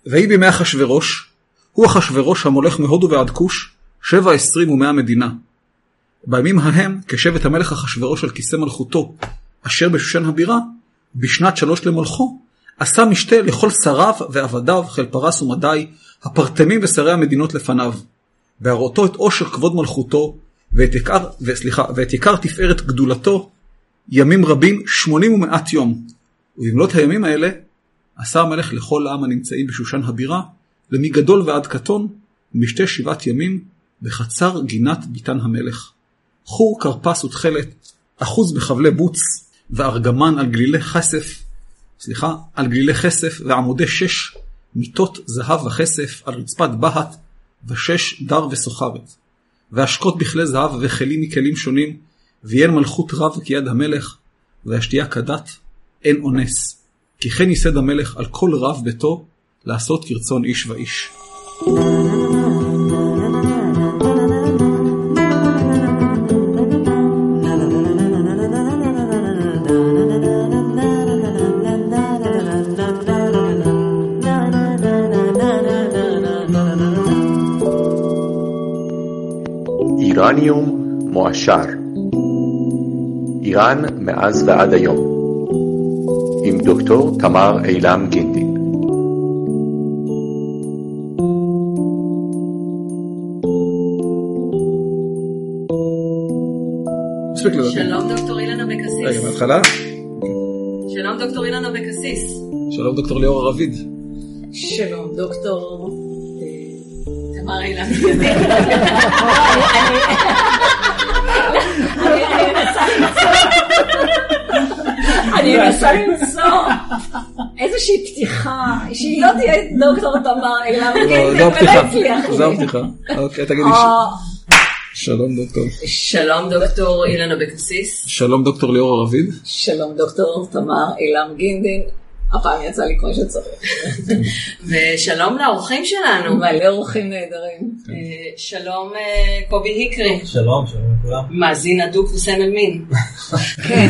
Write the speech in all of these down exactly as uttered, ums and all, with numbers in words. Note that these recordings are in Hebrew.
והיא בימי אחשוורוש, הוא אחשוורוש המולך מהודו ועד כוש, שבע עשרים ומאה מדינה. בימים ההם, כשבט המלך אחשוורוש על כיסא מלכותו, אשר בשושן הבירה, בשנת שלוש למולכו, עשה משתה לכל שריו ועבדיו, חיל פרס ומדי, הפרטמים ושרי המדינות לפניו, והראותו את עושר כבוד מלכותו, ואת יקר, וסליחה, ואת יקר תפארת גדולתו, ימים רבים, שמונים ומעט יום. ובמלות הימים האלה, עשה המלך לכל העם הנמצאים בשושן הבירה, למגדול ועד קטון, משתה שבעת ימים, בחצר גינת ביתן המלך. חור קרפס ותחלת, אחוז בחבלי בוץ, וארגמן על גלילי חסף, סליחה, על גלילי חסף, ועמודי שש, מיטות זהב וחסף, על רצפת בהת, ושש דר וסוחרת. והשקות בכלי זהב וכלים מכלים שונים, ויין מלכות רב כיד המלך, והשתייה כדת, אין אונס. כי כן ייסד המלך על כל רב ביתו, לעשות כרצון איש ואיש. איראניום מועשר, איראן מאז ועד היום, עם דוקטור תמר אילם גינדין. שלום דוקטור אילנה בקסיס. רגע, מההתחלה? שלום דוקטור אילנה בקסיס. שלום דוקטור ליאור רביד. שלום דוקטור תמר אילם גינדין. אני אנסה למצוא איזושהי פתיחה שהיא לא תהיה דוקטור תמר אילם גינדין ולא הצליח לי. זו הפתיחה. אוקיי, תגידי שלום דוקטור. שלום דוקטור אילנה בקסיס. שלום דוקטור ליאור רביד. שלום דוקטור תמר אילם גינדין. הפעם יצא לי כמו שצריך. ושלום לאורחים שלנו. מלא אורחים נהדרים. שלום קובי היקרי. שלום, שלום לכולם. מאזין הדוק וסמל מין. כן.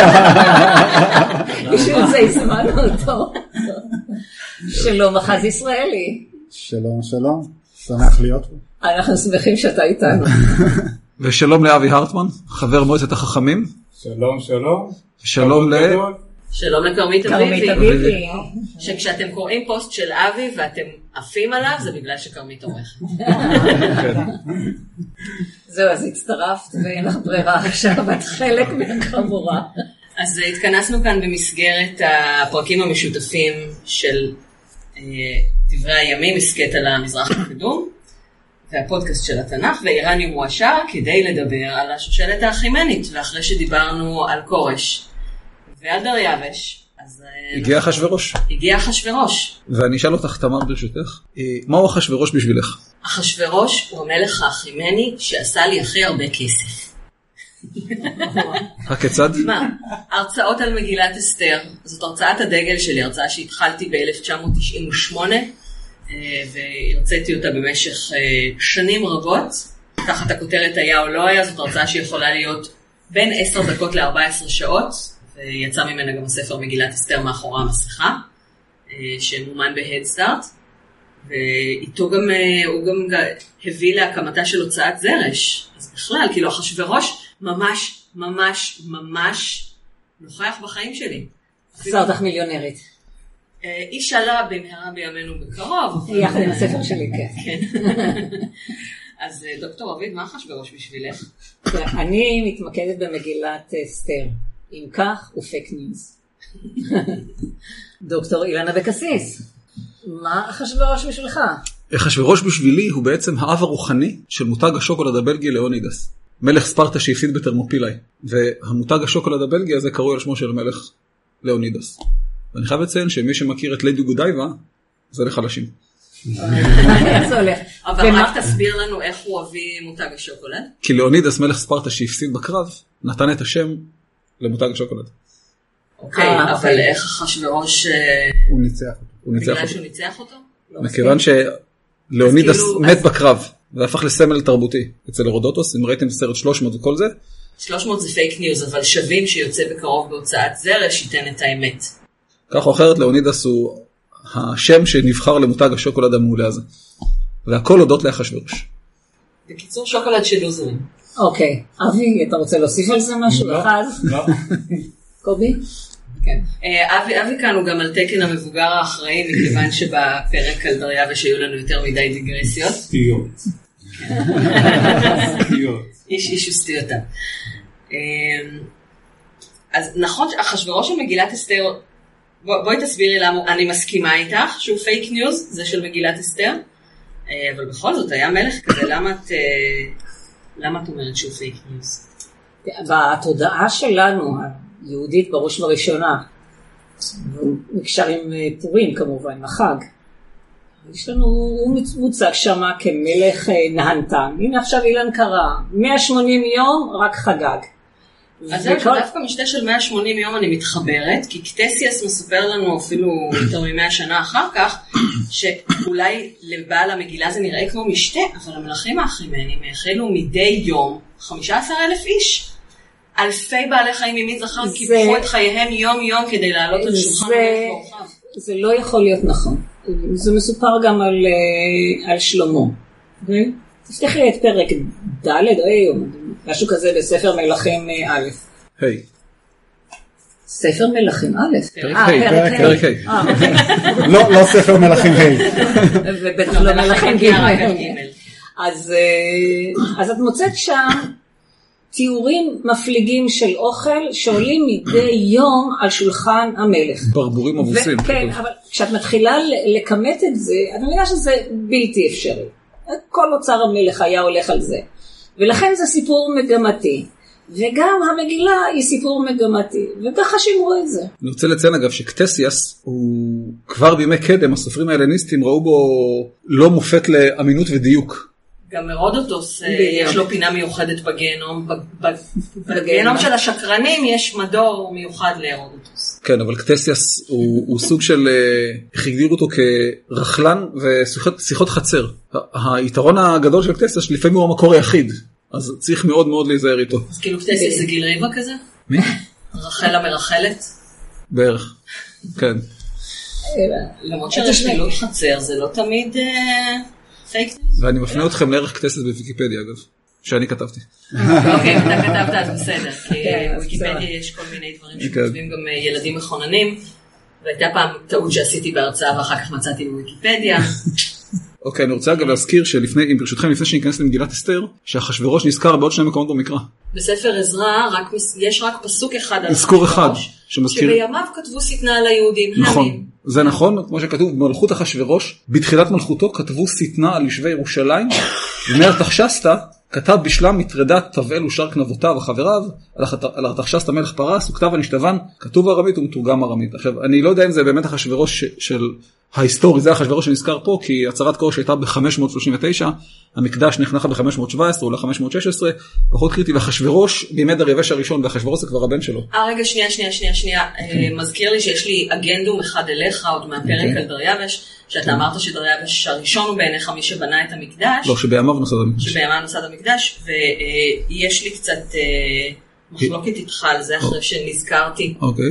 בשביל זה הזמנו אותו. שלום אחז ישראלי. שלום, שלום. שמח להיות פה. אנחנו שמחים שאתה איתנו. ושלום לאבי הרטמן, חבר מועצת החכמים. שלום, שלום. שלום ל... שלום לקרמית אביבי, שכשאתם קוראים פוסט של אבי ואתם עפים עליו, זה בגלל שקרמית עורך. זהו, אז הצטרפת ואין לך ברירה עכשיו, את חלק מהחבורה. אז התכנסנו כאן במסגרת הפרקים המשותפים של דברי הימים, הסקט על המזרח הקדום, והפודקאסט של התנ"ך, ואיראניום מועשר, כדי לדבר על השושלת האחימנית, ואחרי שדיברנו על כורש. ועל דריווש, אז... הגיע אחשוורוש. הגיע אחשוורוש. ואני אשאל אותך, תמר, ברשותך, מהו אחשוורוש בשבילך? אחשוורוש הוא המלך האחימני שעשה לי הכי הרבה כסף. הכיצד? מה? הרצאות על מגילת אסתר. זאת הרצאת הדגל שלי, הרצאה שהתחלתי ב-אלף תשע מאות תשעים ושמונה, והרציתי אותה במשך שנים רבות. תחת הכותרת היה או לא היה, זאת הרצאה שיכולה להיות בין עשר דקות ל-ארבע עשרה שעות. ויצא ממנה גם הספר מגילת אסתר מאחורי המסכה, שמומן בהדסטארט, ואיתו גם, הוא גם הביא להקמתה של הוצאת זרש. אז בכלל, כאילו אחשוורוש ממש, ממש, ממש נוכח בחיים שלי. עשה אותך מיליונרית. איש עלה במהרה בימינו בקרוב. יחד עם הספר שלי, כן. אז דוקטור רביד, מה אחשוורוש בשבילך? אני מתמקדת במגילת אסתר. אם כך, הוא פייק ניוז. דוקטור אילנה בקסיס, מה אחשוורוש בשבילך? אחשוורוש בשבילי הוא בעצם האב הרוחני של מותג השוקולד הבלגי לאונידס. מלך ספרטה שהפסיד בתרמופילאי. והמותג השוקולד הבלגי הזה קרוי על שמו של מלך לאונידס. ואני חייב לציין שמי שמכיר את לידי גודייבה, זה לחלשים. אבל רק תסביר לנו איך הוא הביא מותג השוקולד. כי לאונידס, מלך ספרטה שהפסיד בקרב, נתן את השם למותג השוקולד. אוקיי, אבל איך אחשוורוש... הוא ניצח אותו. בגלל שהוא ניצח אותו? מכיוון שלאונידס מת בקרב, והפך לסמל תרבותי אצל הרודוטוס, אם ראיתם סרט שלוש מאות וכל זה. שלוש מאות זה פייק ניוז, אבל שווים שיוצא בקרוב בהוצאת זרש, ייתן את האמת. כך או אחרת, לאונידס הוא השם שנבחר למותג השוקולד המעולה הזה. והכל הודות לאחשוורוש. בקיצור, שוקולד של לוזרים. אוקיי. אבי, אתה רוצה להוסיף על זה משהו? לא, אחד? לא. קובי? כן. אבי, אבי כאן הוא גם על תקן המבוגר האחראי, מכיוון שבפרק על דריווש היו לנו יותר מדי דיגרסיות. סטיות. סטיות. איש איש וסטיותה. אז נכון, אחשוורוש של מגילת אסתר, בואי תסבירי למה, אני מסכימה איתך שהוא פייק ניוז, זה של מגילת אסתר, אבל בכל זאת היה מלך כזה, למה את, למה את אומרת שהוא פייק ניוז? בתודעה שלנו, היהודית בראש וראשונה, נקשר עם פורים כמובן, החג, יש לנו, הוא מוצג שם כמלך נהנתן, הנה עכשיו אילן קרא, מאה ושמונים יום רק חגג. אז זה דווקא משתה של מאה ושמונים יום אני מתחברת, כי קטסיאס מספר לנו אפילו יותר ממאה שנה אחר כך, שאולי לבעל המגילה זה נראה כמו משתה, אבל המלכים האחרימנים החלו מדי יום חמישה עשר אלף איש. אלפי בעלי חיים ממין זכר קיפחו את חייהם יום יום כדי לעלות על שולחן מלך ואורחיו. זה לא יכול להיות נכון. זה מסופר גם על, על שלמה. תפתחי לי את פרק ד' או היום, משהו כזה בספר מלכים א'. היי. ספר מלכים א'. פרק היי, פרק היי. לא, לא ספר מלכים היי. ובטח לא מלכים ג'. אז את מוצאת שם תיאורים מפליגים של אוכל שעולים מדי יום על שולחן המלך. ברבורים אבוסים. כן, אבל כשאת מתחילה לכמת את זה, אני מבינה שזה בלתי אפשרי. כל אוצר המלך היה הולך על זה. ולכן זה סיפור מגמתי. וגם המגילה היא סיפור מגמתי. וככה שימרו את זה. אני רוצה לציין אגב שקטסיאס הוא כבר בימי קדם, הסופרים ההלניסטים ראו בו לא מופת לאמינות ודיוק. גם הרודוטוס יש לו פינה מיוחדת בגיהנום. בגיהנום של השקרנים יש מדור מיוחד להרודוטוס. כן, אבל קטסיאס הוא סוג של, איך הגדירו אותו כרחלן ושיחות חצר. היתרון הגדול של קטסיאס לפעמים הוא המקור היחיד, אז צריך מאוד מאוד להיזהר איתו. אז כאילו קטסיאס זה גיל ריבה כזה? מי? רחל המרחלת? בערך, כן. למרות שרשמילות חצר זה לא תמיד... ואני מפנה אתכם לערך קטסיאס בוויקיפדיה אגב, שאני כתבתי. אוקיי, אתה כתבת אז בסדר, כי בוויקיפדיה יש כל מיני דברים שכותבים גם ילדים מכוננים, והייתה פעם טעות שעשיתי בהרצאה ואחר כך מצאתי בוויקיפדיה. אוקיי, אני רוצה אגב להזכיר שלפני, אם ברשותכם, לפני שניכנס למגילת אסתר, שאחשוורוש נזכר בעוד שני מקומות במקרא. בספר עזרא יש רק פסוק אחד על אזכור אחד, שבימיו כתבו שטנה על היהודים. נכון, זה נכון, כמו שכתוב במלכות אחשוורוש, בתחילת מלכותו כתבו שטנה על יושבי ירושלים, ומארתחשסתא כתב בשלם מטרדת תבעל ושאר כנבותיו וחבריו, על ארתחשסתא מלך פרס, וכתב הנשתבן, כתוב ארמית ומתורגם ארמית. עכשיו, אני לא יודע אם זה באמת אחשוורוש של ההיסטורי, זה אחשוורוש שנזכר פה, כי הצהרת כורש הייתה ב-חמש מאות שלושים ותשע, המקדש נחנך ב-חמש מאות שבע עשרה או ל-חמש מאות שש עשרה, פחות קריטי, ואחשוורוש בימי דריווש הראשון, ואחשוורוש זה כבר הבן שלו. אה, רגע, שנייה, שנייה, שנייה, שנייה. מזכיר לי שיש לי אגנדום אחד אליך, עוד מהפרק על דריווש, שאתה אמרת שדריווש הראשון הוא בעיניך מי שבנה את המקדש. לא, שבעמיו נוסד המקדש. שבעמיו נוסד המקדש, ויש לי קצת מחלוקת איתך על זה אחרי שנזכרתי. אוקיי.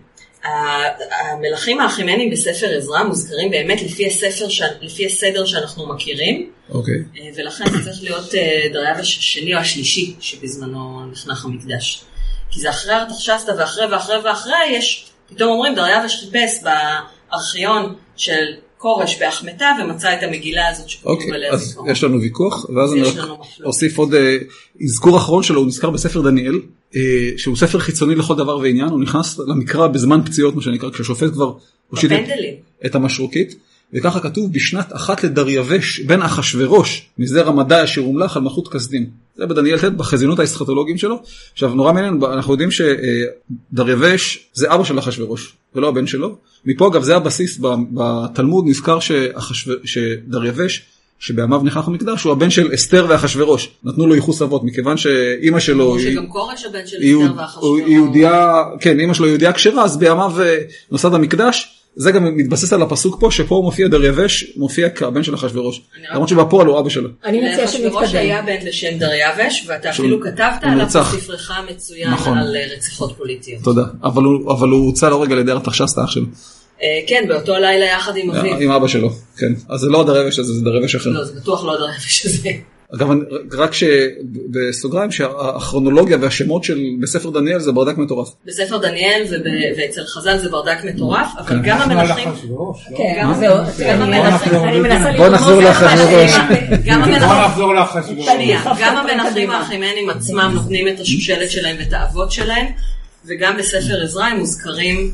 המלכים האחימנים בספר עזרא מוזכרים באמת לפי הספר, לפי הסדר שאנחנו מכירים. אוקיי. ולכן זה צריך להיות דריווש השני או השלישי שבזמנו נחנך המקדש. כי זה אחרי ארתחשסתא ואחרי ואחרי ואחרי יש, פתאום אומרים דריווש חיפש בארכיון של כורש באחמתה ומצא את המגילה הזאת שכתוב עליה זיכרון. אז יש לנו ויכוח, ואז אני אוסיף עוד אזכור אחרון שלו, הוא נזכר בספר דניאל, שהוא ספר חיצוני לכל דבר ועניין, הוא נכנס למקרא בזמן פציעות, מה שנקרא, כששופט כבר הושיט את המשרוקית, וככה כתוב בשנת אחת לדריווש, בן אחשוורוש, מזרע מדי אשר הומלך על מלכות כסדים. זה בדניאל ת' בחזינות האסטרטולוגיים שלו. עכשיו נורא מעניין, אנחנו יודעים שדריווש זה אבא של אחשוורוש, ולא הבן שלו. מפה אגב זה הבסיס, בתלמוד נזכר שדריווש, שבעמיו נחנך המקדש, הוא הבן של אסתר ואחשוורוש. נתנו לו ייחוס אבות, מכיוון שאמא שלו... שגם קורש הבן של אסתר ואחשוורוש. יהודיה, כן, אמא שלו יהודיה כשרה, אז בעמיו נוסד המקדש. זה גם מתבסס על הפסוק פה, שפה הוא מופיע דריווש, מופיע כבן של אחשוורוש. למרות שבפועל הוא אבא שלו. אני מציע שנתקדם. אחשוורוש היה בן לשם דריווש, ואתה אפילו כתבת עליו בספרך המצוין על רציחות פוליטיות. תודה. אבל הוא הוצא לו רגע לידי ארתחשסתא אח שלו. כן, באותו לילה יחד עם אביו. עם אבא שלו, כן. אז זה לא הדרבש הזה, זה דרבש אחר. לא, זה בטוח לא הדרבש הזה. אגב, רק שבסוגריים שהכרונולוגיה והשמות של בספר דניאל זה ברדק מטורף. בספר דניאל ואצל חז"ל זה ברדק מטורף, אבל גם המלכים... כן, זהו, אני מנסה בוא נחזור לאחשוורוש. בוא נחזור לאחשוורוש. גם המלכים האחימנים עצמם נותנים את השושלת שלהם ואת האבות שלהם, וגם בספר עזרא הם מוזכרים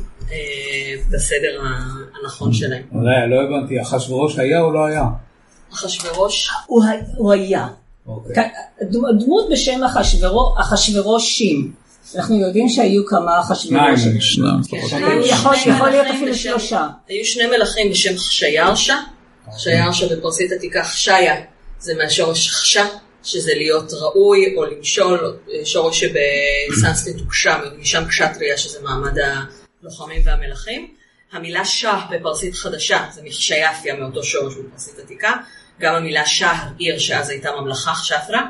בסדר הנכון שלהם. לא הבנתי, אחשוורוש היה או לא היה? אחשוורוש הוא היה. הדמות בשם אחשוורושים. אנחנו יודעים שהיו כמה אחשוורושים. יכול להיות אפילו שלושה. היו שני מלכים בשם חשיירשה. חשיירשה בפרסית עתיקה חשיה, זה מהשורש חשה, שזה להיות ראוי או למשול, שורש שבסנסקריט הוא קשה, משם קשטריה שזה מעמד הלוחמים והמלכים. המילה שה בפרסית חדשה, זה מחשייפיה מאותו שורש בפרסית עתיקה. גם המילה שה, עיר שאז הייתה ממלכה חשפרה.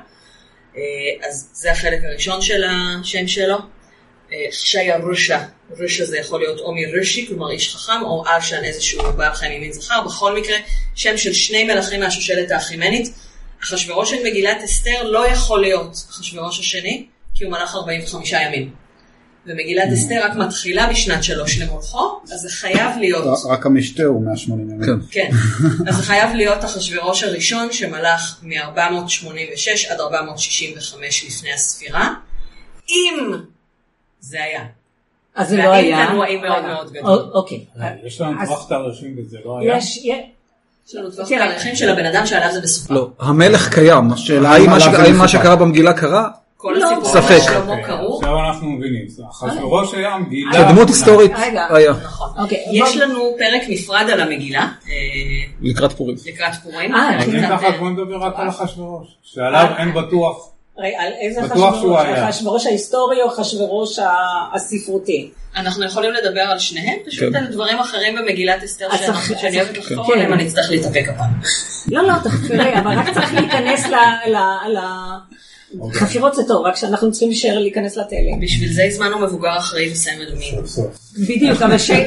אז זה החלק הראשון של השם שלו. חשיה רושע. רושע זה יכול להיות או מרושי, כלומר איש חכם, או אבשן איזשהו בעל חיים ימין זכר. בכל מקרה, שם של שני מלכים מהשושלת האחימנית. אחשוורוש של מגילת אסתר לא יכול להיות אחשוורוש השני, כי הוא מלך ארבעים וחמישה ימים. ומגילת אסתר רק מתחילה בשנת שלוש למולכו, אז זה חייב להיות... רק המשתה הוא מאה ושמונים ימים. כן, אז זה חייב להיות אחשוורוש הראשון שמלך מ-ארבע מאות שמונים ושש עד ארבע מאות שישים וחמש לפני הספירה, אם זה היה. אז זה לא היה. והאם כאן הוא האם מאוד מאוד גדול. אוקיי. יש לנו טווח תאריכים וזה לא היה. יש... יש לנו טווח תאריכים של הבן אדם שעליו זה מסופר. לא, המלך קיים. האם מה שקרה במגילה קרה? כל הסיפור ספק. שלמה קראו. עכשיו אנחנו מבינים. אחשוורוש היה מגילה. כדמות היסטורית היה. נכון. יש לנו פרק נפרד על המגילה. לקראת פורים. לקראת פורים. אז אם ככה בוא נדבר רק על אחשוורוש. שעליו אין בטוח. על איזה אחשוורוש? אחשוורוש ההיסטורי או אחשוורוש הספרותי? אנחנו יכולים לדבר על שניהם, פשוט על דברים אחרים במגילת אסתר שאני אוהבת לחקור עליהם, אני אצטרך להתאפק הפעם. לא, לא, תחקרי, אבל רק צריך להיכנס ל... חפירות זה טוב, רק שאנחנו צריכים להישאר להיכנס לתלם. בשביל זה הזמנו מבוגר אחראי וסמל מין. בדיוק, אבל ש...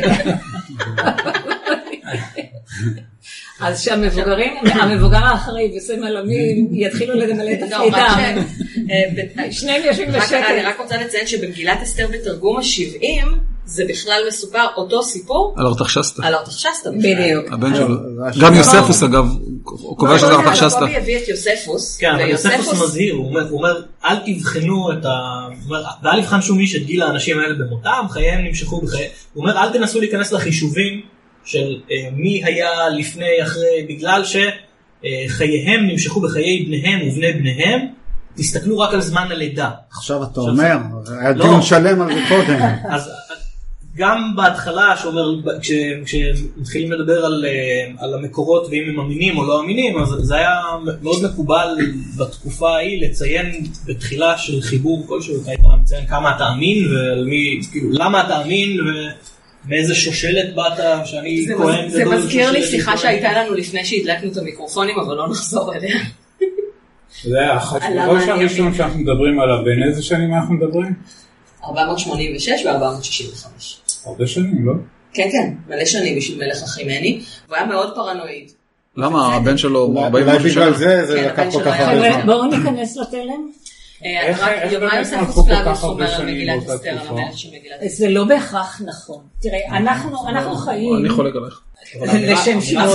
אז שהמבוגרים, המבוגר האחראי וסמל המין יתחילו למלא את תפקידם. שניהם יושבים בשקט. אני רק רוצה לציין שבמגילת אסתר בתרגום ה-שבעים, זה בכלל מסופר אותו סיפור. על ארתחשסתא. על ארתחשסתא. בדיוק. הבן שלו. גם יוספוס אגב, הוא קובע שזה ארתחשסתא. קובי הביא את יוספוס. כן, אבל יוספוס מזהיר, הוא אומר, אל תבחנו את ה... ואל יבחן שום איש את גיל האנשים האלה במותם, חייהם נמשכו בחיי... הוא אומר, אל תנסו להיכנס לחישובים של מי היה לפני, אחרי, בגלל שחייהם נמשכו בחיי בניהם ובני בניהם, תסתכלו רק על זמן הלידה. עכשיו אתה אומר, היה דיון שלם על זה קודם. אז גם בהתחלה, שאומר, כשמתחילים לדבר על, על המקורות ואם הם אמינים או לא אמינים, אז זה היה מאוד מקובל בתקופה ההיא לציין בתחילה של חיבור כלשהו, אתה מציין כמה אתה אמין ומי, כאילו, למה אתה אמין ומאיזה שושלת באת שאני כהן גדול. זה מזכיר לי שיחה שהייתה לנו לפני שהדלקנו את המיקרופונים, אבל לא נחזור אליה. זה אחשוורוש הראשון שאנחנו מדברים עליו, בין איזה שנים אנחנו מדברים? ארבע מאות שמונים ושש ו-ארבע מאות שישים וחמש. הרבה שנים, לא? כן, כן, מלא שנים בשביל מלך אחימני, והוא היה מאוד פרנואיד. למה? הבן שלו ארבעים אולי בגלל זה, זה לקח כל כך הרבה זמן. בואו ניכנס לתלם. יומה יוספוס פלביוס אומר על מגילת אסתר, על המלך של מגילת אסתר. זה לא בהכרח נכון. תראה, אנחנו חיים... אני חולק עליך. לשם שינוי.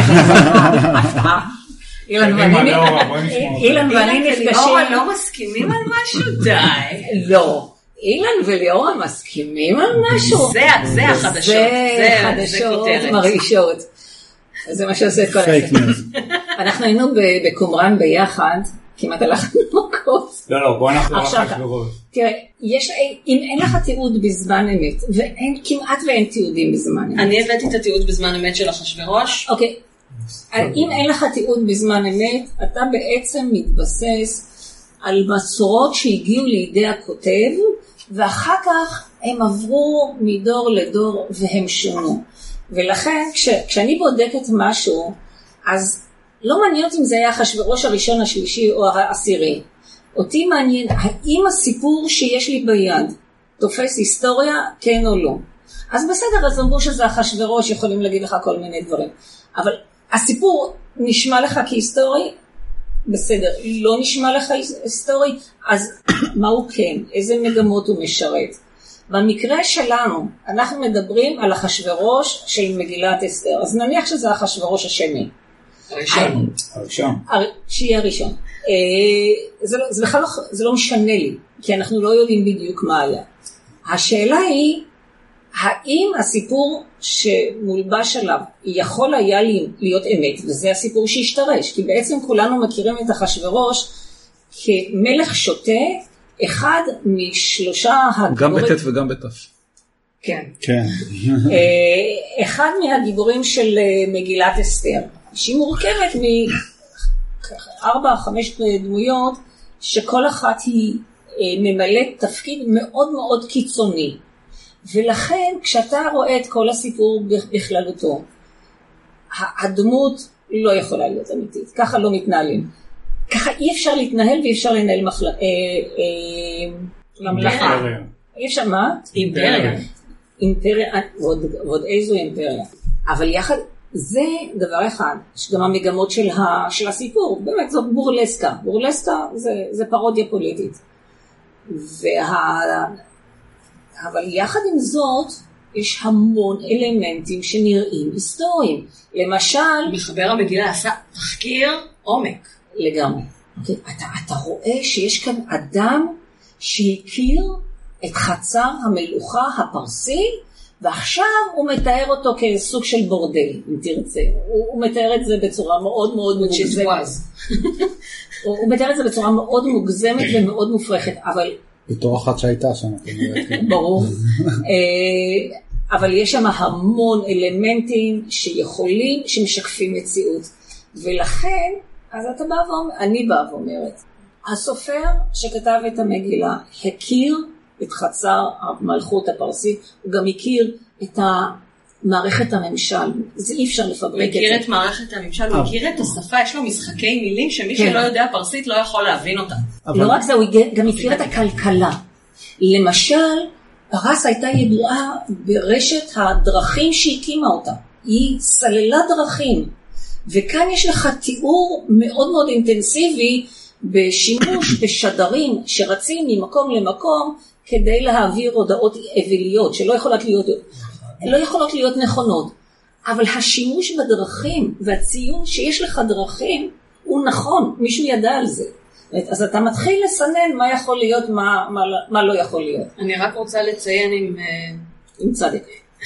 אילן ואני נפגשים... ליאורה לא מסכימים על משהו? די. לא. אילן וליאורה מסכימים על משהו? זה החדשות. זה חדשות מרעישות. זה מה שעושה את כל הספר. אנחנו היינו בקומראן ביחד, כמעט הלכנו מכות. לא, לא, בוא נחזור לאחשוורוש. תראה, אם אין לך תיעוד בזמן אמת, וכמעט ואין תיעודים בזמן אמת. אני הבאתי את התיעוד בזמן אמת של אחשוורוש. אוקיי. אם אין לך תיעוד בזמן אמת, אתה בעצם מתבסס על מסורות שהגיעו לידי הכותב, ואחר כך הם עברו מדור לדור והם שונו. ולכן, כש, כשאני בודקת משהו, אז לא מעניין אותי אם זה היה אחשוורוש הראשון, השלישי או העשירי. אותי מעניין, האם הסיפור שיש לי ביד תופס היסטוריה, כן או לא. אז בסדר, אז אמרו שזה אחשוורוש, יכולים להגיד לך כל מיני דברים. אבל הסיפור נשמע לך כהיסטורי, בסדר, לא נשמע לך היסטורי, אז מה הוא כן? איזה מגמות הוא משרת? במקרה שלנו, אנחנו מדברים על אחשוורוש של מגילת אסתר, אז נניח שזה אחשוורוש השני. הראשון. הראשון. שיהיה הראשון. זה, זה בכלל לא, זה לא משנה לי, כי אנחנו לא יודעים בדיוק מה היה. השאלה היא, האם הסיפור שמולבש עליו יכול היה להיות אמת, וזה הסיפור שהשתרש, כי בעצם כולנו מכירים את אחשוורוש כמלך שוטה, אחד משלושה גם הגיבורים... בט' וגם בת'. כן. כן. אחד מהגיבורים של מגילת אסתר, שהיא מורכבת מארבע, חמש דמויות, שכל אחת היא ממלאת תפקיד מאוד מאוד קיצוני. ולכן כשאתה רואה את כל הסיפור בכללותו, הדמות לא יכולה להיות אמיתית, ככה לא מתנהלים. ככה אי אפשר להתנהל ואי אפשר לנהל ממלכה. אי אפשר מה? אימפריה. אימפריה, ועוד איזו אימפריה. אבל יחד, זה דבר אחד, שגם המגמות של, ה, של הסיפור, באמת זאת בורלסקה. בורלסקה זה, זה פרודיה פוליטית. וה... אבל יחד עם זאת, יש המון אלמנטים שנראים היסטוריים. למשל... מחבר המגילה עשה תחקיר עומק. לגמרי. Okay. אתה, אתה רואה שיש כאן אדם שהכיר את חצר המלוכה הפרסי, ועכשיו הוא מתאר אותו כסוג של בורדל, אם תרצה. הוא, הוא מתאר את זה בצורה מאוד מאוד מוגזמת. הוא, הוא מתאר את זה בצורה מאוד מוגזמת ומאוד מופרכת, אבל... בתור אחת שהייתה שם. ברור. אבל יש שם המון אלמנטים שיכולים, שמשקפים מציאות. ולכן, אז אתה בא ואומר, אני באה ואומרת, הסופר שכתב את המגילה הכיר את חצר המלכות הפרסית, הוא גם הכיר את מערכת הממשל, זה אי אפשר לפברק את זה. הוא הכיר את מערכת הממשל, הוא הכיר את השפה, יש לו משחקי מילים שמי שלא יודע פרסית לא יכול להבין אותה. לא רק זה, הוא גם הכיר את הכלכלה. למשל, פרס הייתה ידועה ברשת הדרכים שהקימה אותה. היא סללה דרכים. וכאן יש לך תיאור מאוד מאוד אינטנסיבי בשימוש בשדרים שרצים ממקום למקום כדי להעביר הודעות אוויליות שלא יכולות להיות, לא יכולות להיות נכונות. אבל השימוש בדרכים והציון שיש לך דרכים הוא נכון, מישהו ידע על זה. אז אתה מתחיל לסנן מה יכול להיות, מה, מה, מה לא יכול להיות. אני רק רוצה לציין עם... עם צדק.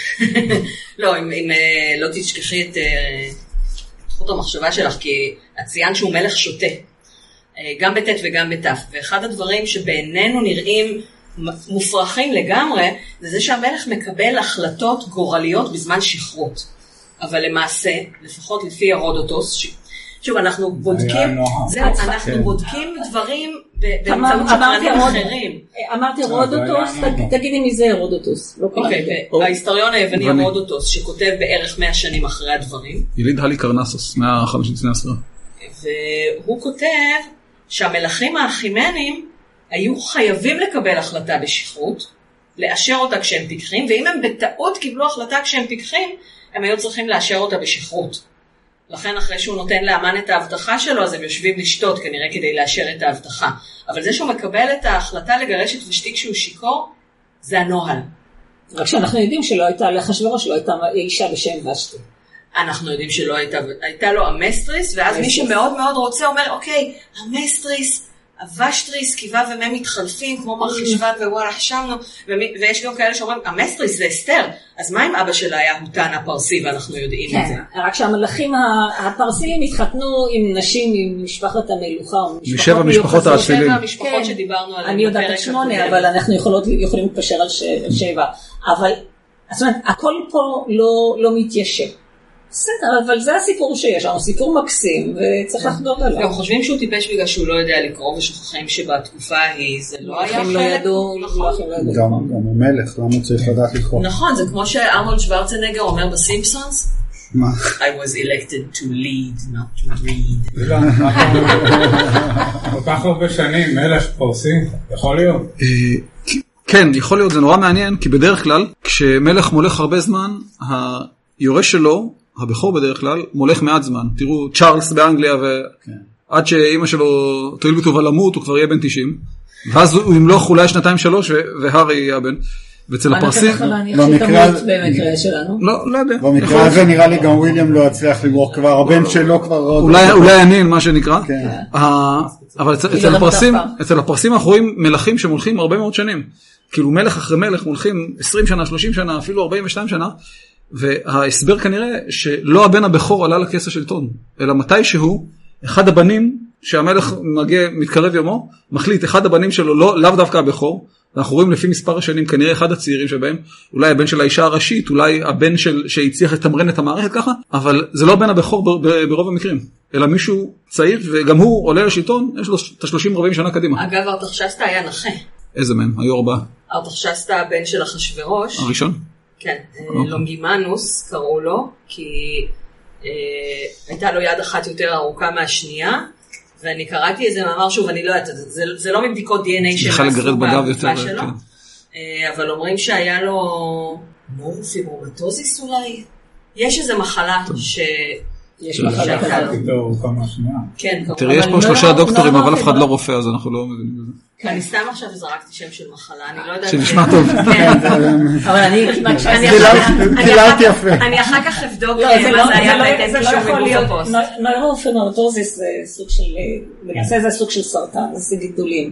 לא, אם, אם לא תשכחי את... זכות המחשבה שלך, כי הציין שהוא מלך שוטה, גם בתת וגם בתף, ואחד הדברים שבינינו נראים מופרכים לגמרי, זה זה שהמלך מקבל החלטות גורליות בזמן שחרות. אבל למעשה, לפחות לפי הרודוטוס, שוב, אנחנו בודקים, זהו, אנחנו בודקים דברים באמצעות שקרנים אחרים. אמרתי רודוטוס, תגידי מי זה רודוטוס. אוקיי, ההיסטוריון היווני הרודוטוס, שכותב בערך מאה שנים אחרי הדברים. יליד הליקרנסוס, מאה וחמישים לפני הספירה. והוא כותב שהמלכים האחימנים היו חייבים לקבל החלטה בשכרות, לאשר אותה כשהם פיקחים, ואם הם בטעות קיבלו החלטה כשהם פיקחים, הם היו צריכים לאשר אותה בשכרות. לכן אחרי שהוא נותן לאמן את ההבטחה שלו, אז הם יושבים לשתות כנראה כדי לאשר את ההבטחה. אבל זה שהוא מקבל את ההחלטה לגרש את ושתי כשהוא שיקור, זה הנוהל. רק שאנחנו יודעים שלא הייתה לאחשוורוש, לא הייתה אישה בשם ושתי. אנחנו יודעים שלא הייתה, הייתה לו המסטריס, ואז מי שמאוד מאוד רוצה אומר, אוקיי, המסטריס, הוושטריס, קיבה ומם מתחלפים, כמו מרחישבן ווואלה חשמנו, ויש גם כאלה שאומרים, המסטריס זה אסתר, אז מה אם אבא שלה היה הוטן הפרסי, ואנחנו יודעים את זה? רק שהמלכים הפרסים התחתנו עם נשים, עם משפחת המלוכה, משבע משפחות האצילים. שבע המשפחות שדיברנו עליהן. אני יודעת את שמונה, אבל אנחנו יכולים להתפשר על שבע. אבל, זאת אומרת, הכל פה לא מתיישב. בסדר, אבל זה הסיפור שיש, הוא סיפור מקסים, וצריך לחדור עליו. הם חושבים שהוא טיפש בגלל שהוא לא יודע לקרוא, ושוכחים שבתקופה ההיא זה לא היה חלק. לא ידעו, גם הוא מלך, למה צריך לדעת לקרוא? נכון, זה כמו שארנולד שוורצנגר אומר בסימפסונס. מה? I was elected to lead, not to read. כל כך הרבה שנים, מלך פרסי, יכול להיות? כן, יכול להיות, זה נורא מעניין, כי בדרך כלל, כשמלך מולך הרבה זמן, היורש שלו, הבכור בדרך כלל, מולך מעט זמן. תראו, צ'ארלס באנגליה, ועד שאמא שלו תועיל בטובה למות, הוא כבר יהיה בן תשעים. ואז הוא ימלוך אולי שנתיים שלוש, והארי יהיה הבן. ואצל הפרסים... במקרה שלנו? לא, לא יודע. במקרה הזה נראה לי גם וויליאם לא הצליח למרוך כבר, הבן שלו כבר... אולי הנין, מה שנקרא. אבל אצל הפרסים, אצל הפרסים אנחנו רואים מלכים שמולכים הרבה מאוד שנים. כאילו מלך אחרי מלך מולכים עשרים שנה, שלושים שנה, אפילו ארבעים ושתיים שנה, וההסבר כנראה שלא הבן הבכור עלה לכס השלטון, אלא מתי שהוא, אחד הבנים שהמלך מגיע, מתקרב יומו, מחליט אחד הבנים שלו, לא, לאו דווקא הבכור, אנחנו רואים לפי מספר השנים, כנראה אחד הצעירים שבהם, אולי הבן של האישה הראשית, אולי הבן של, שהצליח לתמרן את המערכת ככה, אבל זה לא הבן הבכור ב, ב, ברוב המקרים, אלא מישהו צעיר, וגם הוא עולה לשלטון, יש לו את ה-שלושים ארבעים שנה קדימה. אגב, ארתחשסתא היה נכה. איזה מהם? היו ארבעה. ארתחשסתא הבן של אחשוורוש. הראשון? כן, לונגימנוס קראו לו, כי אה, הייתה לו יד אחת יותר ארוכה מהשנייה, ואני קראתי איזה מאמר שוב, אני לא יודעת, זה, זה, זה לא מבדיקות די אן איי שנעשו בתקופה שלו, כן. אבל אומרים שהיה לו נורופיברומטוזיס אולי, יש איזה מחלה ש... יש מחלה כזאת. כן, תראי, יש פה שלושה דוקטורים, אבל אף אחד לא רופא, אז אנחנו לא מבינים בזה. אני סתם עכשיו זרקתי שם של מחלה, אני לא יודעת... שנשמע טוב. אבל אני כמעט... קיללתי יפה. אני אחר כך אבדוק מה זה היה בהתן קישור בגוף הפוסט. נוירופיברומטוזיס זה סוג של... בנעשה זה סוג של סרטן, זה גידולים.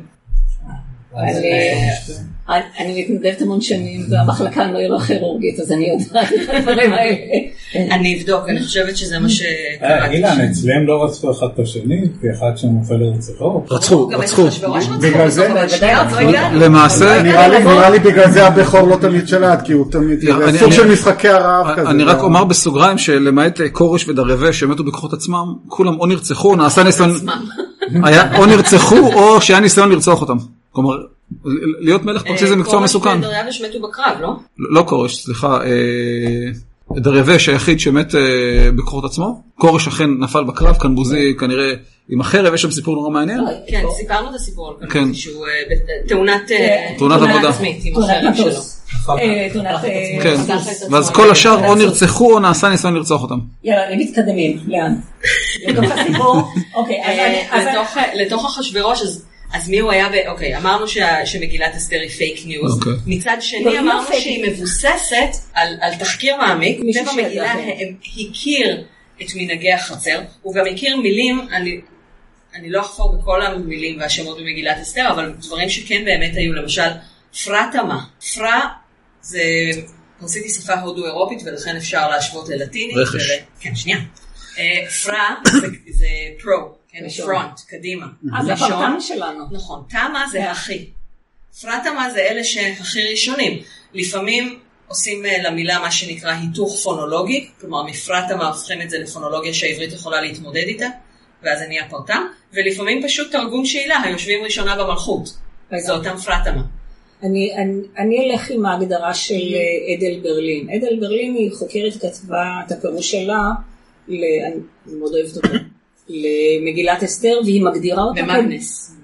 אני מתנדבת המון שנים במחלקה הנוירוכירורגית, אז אני יודעת את הדברים האלה. אני אבדוק, אני חושבת שזה מה שקראתי. אילן, אצלם לא רצחו אחד את השני, כי אחד שמופע לרצחו. רצחו, רצחו. בגלל זה, למעשה... נראה לי בגלל זה הבכור לא תמיד שלט, כי הוא תמיד... זה סוג של משחקי הרעב כזה. אני רק אומר בסוגריים שלמעט קורש ודרווה שמתו בכוחות עצמם, כולם או נרצחו, נעשה ניסיון... או נרצחו או שהיה ניסיון לרצוח אותם. כלומר, להיות מלך פרסי זה מקצוע מסוכן. קורש ודרווה שמתו בקרב, לא? לא קורש, סליחה. דרווה שהיחיד שמת בכוחות עצמו. קורש אכן נפל בקרב, קנבוזי כנראה עם החרב, יש שם סיפור נורא מעניין. כן, סיפרנו את הסיפור על קנבוזי, שהוא תאונת עצמית עם החרב שלו. כן, ואז כל השאר או נרצחו או נעשה ניסיון לרצוח אותם. יאללה, אני מתקדמים, לאן? לתוך הסיפור, אוקיי, לתוך אחשוורוש, אז מי הוא היה, אוקיי, אמרנו שמגילת אסתר היא פייק ניוז, מצד שני אמרנו שהיא מבוססת על תחקיר מעמיק, ובמגילה הכיר את מנהגי החצר, הוא גם הכיר מילים, אני לא אחפור בכל המילים והשמות במגילת אסתר, אבל דברים שכן באמת היו, למשל, פרטמה, פרה זה פרסית היא שפה הודו-אירופית, ולכן אפשר להשוות ללטינית. רכש. כן, שנייה. פרה זה פרו, כן, פרונט, קדימה. אז זה הפרטן שלנו. נכון, תמה זה הכי. פרטמה זה אלה שהכי ראשונים. לפעמים עושים למילה מה שנקרא היתוך פונולוגי, כלומר מפרטמה הופכים את זה לפונולוגיה שהעברית יכולה להתמודד איתה, ואז זה נהיה פרטם, ולפעמים פשוט תרגום שאלה, היושבים ראשונה במלכות. זה אותם פרטמה. אני, אני, אני אלך עם ההגדרה של אדל ברלין. אדל ברלין היא חוקרת כתבה את הפירוש שלה, ל, אני מאוד אוהבת אותה, למגילת אסתר, והיא מגדירה אותה. במגנס.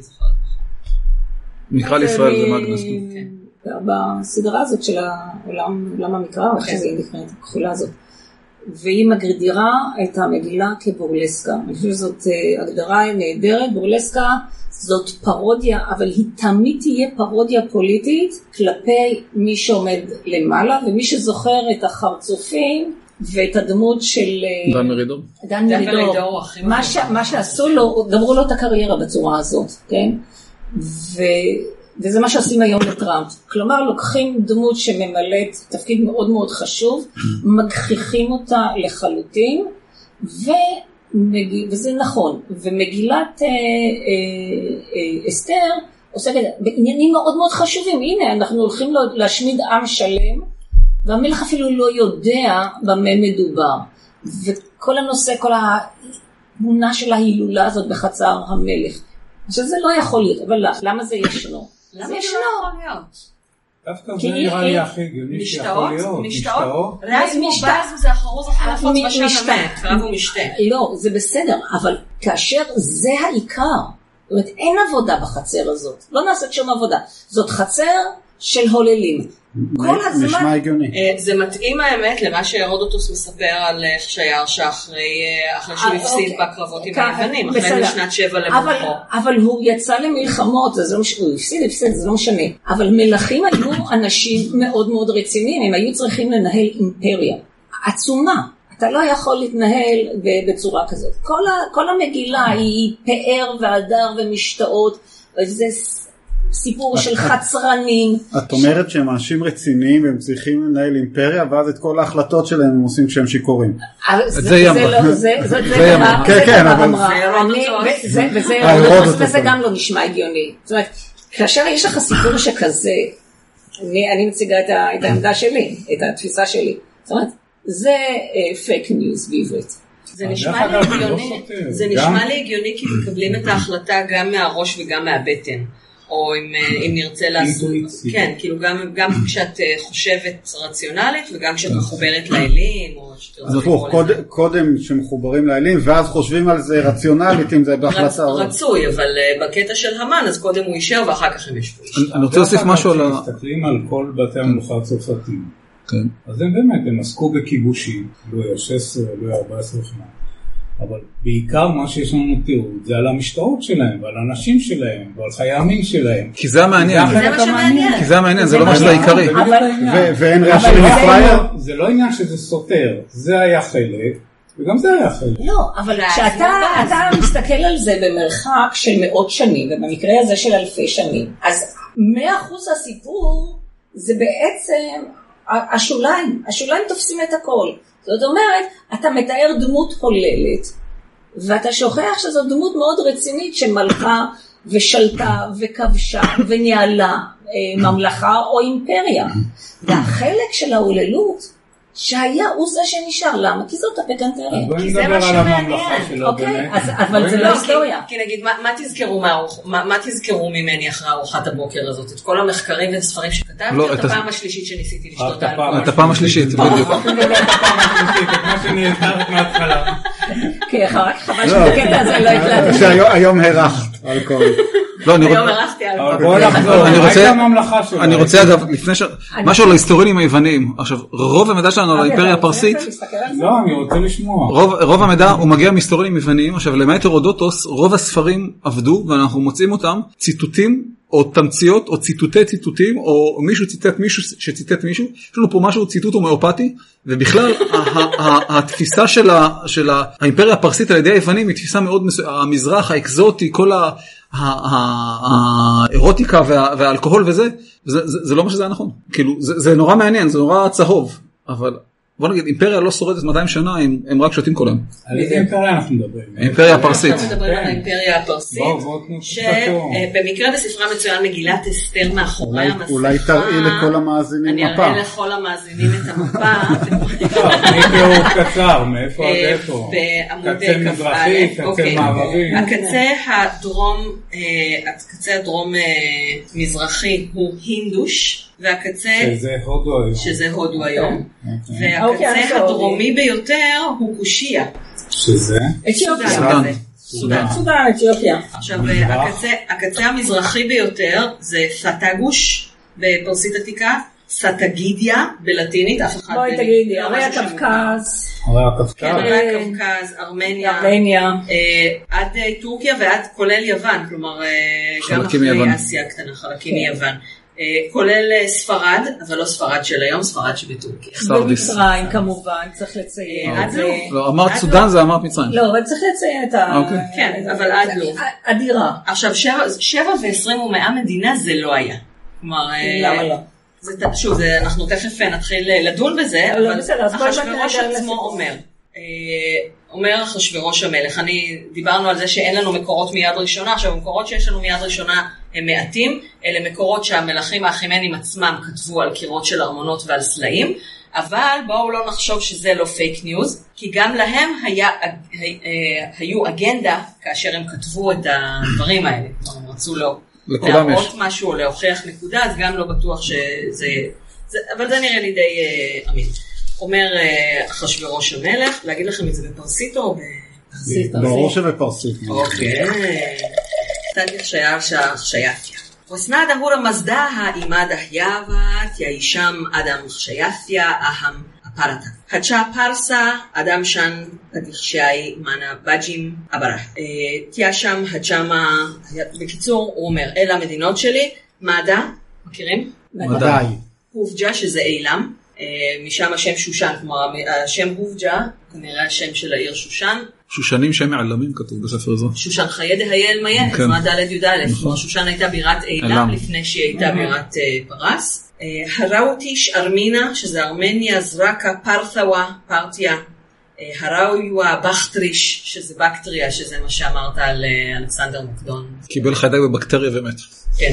מקרא לישראל זה מגנס. בסדרה הזאת של העולם, עולם המקרא, איך שזה נקראת, הכחולה הזאת. והיא מגדירה את המגילה כבורלסקה. אני חושבת שזאת הגדרה נהדרת, בורלסקה זאת פרודיה, אבל היא תמיד תהיה פרודיה פוליטית כלפי מי שעומד למעלה, ומי שזוכר את החרצופים ואת הדמות של דן מרידור. דן מרידור. מה, ש... מה שעשו לו, גמרו לו את הקריירה בצורה הזאת, כן? ו... וזה מה שעושים היום לטראמפ. כלומר, לוקחים דמות שממלאת תפקיד מאוד מאוד חשוב, מגחיכים אותה לחלוטין, ו... וזה נכון, ומגילת אה, אה, אה, אסתר עוסקת בעניינים מאוד מאוד חשובים. הנה, אנחנו הולכים להשמיד עם שלם, והמלך אפילו לא יודע במה מדובר. וכל הנושא, כל התמונה של ההילולה הזאת בחצר המלך. שזה לא יכול להיות, אבל למה זה ישנו? למה זה לא יכול להיות? דווקא זה נראה לי הכי הגיוני שיכול להיות. משתאות? ואז מובז זה החרוז הכי נפוץ בשם המת, קרב ומשתה. לא, זה בסדר, אבל כאשר זה העיקר, זאת אומרת, אין עבודה בחצר הזאת, לא נעשית שום עבודה. זאת חצר של הוללים. כל הזמן... נשמע הגיוני. זה מתאים האמת למה שהרודוטוס מספר על חשייר שאחרי שהוא הפסיד בקרבות עם היוונים, אחרי משנת שבע למלכו. אבל הוא יצא למלחמות, הוא הפסיד, הפסיד, זה לא משנה. אבל מלכים היו אנשים מאוד מאוד רציניים, הם היו צריכים לנהל אימפריה. עצומה. אתה לא יכול להתנהל בצורה כזאת. כל המגילה היא פאר והדר ומשתאות, וזה... סיפור של חצרנים. את אומרת שהם אנשים רציניים והם צריכים לנהל אימפריה ואז את כל ההחלטות שלהם הם עושים כשהם שיכורים. זה יאמר. זה יאמר. כן, כן, אבל וזה גם לא נשמע הגיוני. זאת אומרת, כאשר יש לך סיפור שכזה, אני מציגה את העמדה שלי, את התפיסה שלי. זאת אומרת, זה פייק ניוז בעברית. זה נשמע לי הגיוני, זה נשמע לי הגיוני כי מקבלים את ההחלטה גם מהראש וגם מהבטן. או אם, אם נרצה לעשות, כן, כאילו גם, גם כשאת חושבת רציונלית וגם כשאת מחוברת לאלים, או אז הפוך, קודם שמחוברים לאלים ואז חושבים על זה רציונלית אם זה בהחלטה. רצוי, אבל בקטע של המן אז קודם הוא יישאר ואחר כך הם ישבו. אני רוצה להוסיף משהו על ה... כשמסתכלים על כל בתי המלוכה הצרפתיים, אז הם באמת, הם עסקו בכיבושים, לא היה שש עשרה, לא היה ארבע עשרה שנה. אבל בעיקר מה שיש לנו תיעוד זה על המשטרות שלהם ועל האנשים שלהם ועל חיי המין שלהם. כי זה המעניין. זה מה שמעניין. כי זה המעניין, זה לא מה שזה העיקרי. ואין רעשי מפלייר? זה לא עניין שזה סותר, זה היה חלק וגם זה היה חלק. לא, אבל כשאתה מסתכל על זה במרחק של מאות שנים ובמקרה הזה של אלפי שנים, אז מאה אחוז הסיפור זה בעצם השוליים. השוליים תופסים את הכל. זאת אומרת, אתה מתאר דמות הוללת, ואתה שוכח שזו דמות מאוד רצינית שמלכה ושלטה וכבשה וניהלה ממלכה או אימפריה. והחלק של ההוללות שהיה הוא זה שנשאר. למה? כי זאת הפגנטריה. כי זה מה שמעניין. אוקיי, אבל זה לא היסטוריה. כי נגיד, מה תזכרו ממני אחרי ארוחת הבוקר הזאת? את כל המחקרים והספרים שכתבתי, או את הפעם השלישית שניסיתי לשתות האלכוהול? את הפעם השלישית, בדיוק. את מה שאני הזכרת מההתחלה. כי חבל שבקטע הזה לא הקלטתי. שהיום הרחת אלכוהול. היום הרחתי אלכוהול. אני רוצה אגב, לפני ש... משהו על ההיסטוריונים היווניים. עכשיו, רוב המידע שלנו על האימפריה הפרסית, לא, אני רוצה לשמוע. רוב המידע הוא מגיע מהיסטוריונים יווניים. עכשיו, למעט הרודוטוס, רוב הספרים עבדו, ואנחנו מוצאים אותם ציטוטים, או תמציות, או ציטוטי ציטוטים, או מישהו ציטט מישהו שציטט מישהו. יש לנו פה משהו, ציטוט הומאופתי, ובכלל, התפיסה של האימפריה הפרסית על ידי היוונים, היא תפיסה מאוד מסוימת, המזרח, האקזוטי, כל האירוטיקה והאלכוהול וזה, זה לא מה שזה היה נכון. כאילו, זה נורא מעניין, זה נורא צהוב, אבל בוא נגיד, אימפריה לא שורדת מאתיים שנה, הם רק שותים כל היום. על איזה אימפריה אנחנו מדברים? האימפריה הפרסית. אנחנו מדברים על האימפריה הפרסית, שבמקרה בספרה מצוין מגילת אסתר מאחורי המסכה. אולי תראי לכל המאזינים מפה. אני אראה לכל המאזינים את המפה. אני תיאור קצר, מאיפה עד איפה? בעמוד קצה מזרחי, קצה מערבי. הקצה הדרום מזרחי הוא הינדוש, והקצה שזה הודו היום, שזה הודו היום. והקצה הדרומי ביותר הוא קושיה, שזה אתיופיה. סודן. סודן, אתיופיה. עכשיו, הקצה המזרחי ביותר זה סטגוש בפרסית עתיקה, סטגידיה בלטינית, אף אחד בואי תגידי, הרי הקווקז, הרי הקווקז, ארמניה, עד טורקיה ועד כולל יוון, כלומר גם אחרי אסיה הקטנה, חלקים מיוון. כולל ספרד, אבל לא ספרד של היום, ספרד שבטורקיה. במצרים כמובן, צריך לציין. עד לא. לא, אמרת סודן זה אמרת מצרים. לא, אבל צריך לציין את ה... כן, אבל עד לא. אדירה. עכשיו, שבע ועשרים ומאה מדינה זה לא היה. כלומר... למה לא? שוב, אנחנו תכף נתחיל לדון בזה, אבל אחשוורוש עצמו אומר. אומר אחשוורוש המלך, אני דיברנו על זה שאין לנו מקורות מיד ראשונה, עכשיו המקורות שיש לנו מיד ראשונה הם מעטים, אלה מקורות שהמלכים האחימנים עצמם כתבו על קירות של ארמונות ועל סלעים, אבל בואו לא נחשוב שזה לא פייק ניוז, כי גם להם היה, היו אגנדה כאשר הם כתבו את הדברים האלה, כלומר הם רצו לו להראות משהו או להוכיח נקודה, אז גם לא בטוח שזה, זה, אבל זה נראה לי די אמין. אומר אחשוורוש המלך, להגיד לכם את זה בפרסית או בפרסית? ברור שבפרסית. אוקיי. קצת חשייתיה. וסנד ההורה מזדה האימה דהיאבת יאישם אדם חשייפיה אהם הפרתה. הדשה פרסה אדם שן פדיחשי מנה בג'ים אברה. תהיה שם הדשמה, בקיצור הוא אומר, אלה המדינות שלי, מדע, מכירים? מדעי. הובג'ה שזה אילם, משם השם שושן, כלומר השם הובג'ה, כנראה השם של העיר שושן. שושנים שם מעלמים כתוב בספר זו. שושן חיי דהי אל מיין, עזרא ד' י"א, כלומר שושן הייתה בירת אילם לפני שהיא הייתה בירת פרס. הראותיש ארמינה, שזה ארמניה, זרקה, פרת'ווה, פרתיה, הראויווה, בכטריש, שזה בקטריה, שזה מה שאמרת על אלכסנדר מוקדון. קיבל חיידק בבקטריה ומת. כן.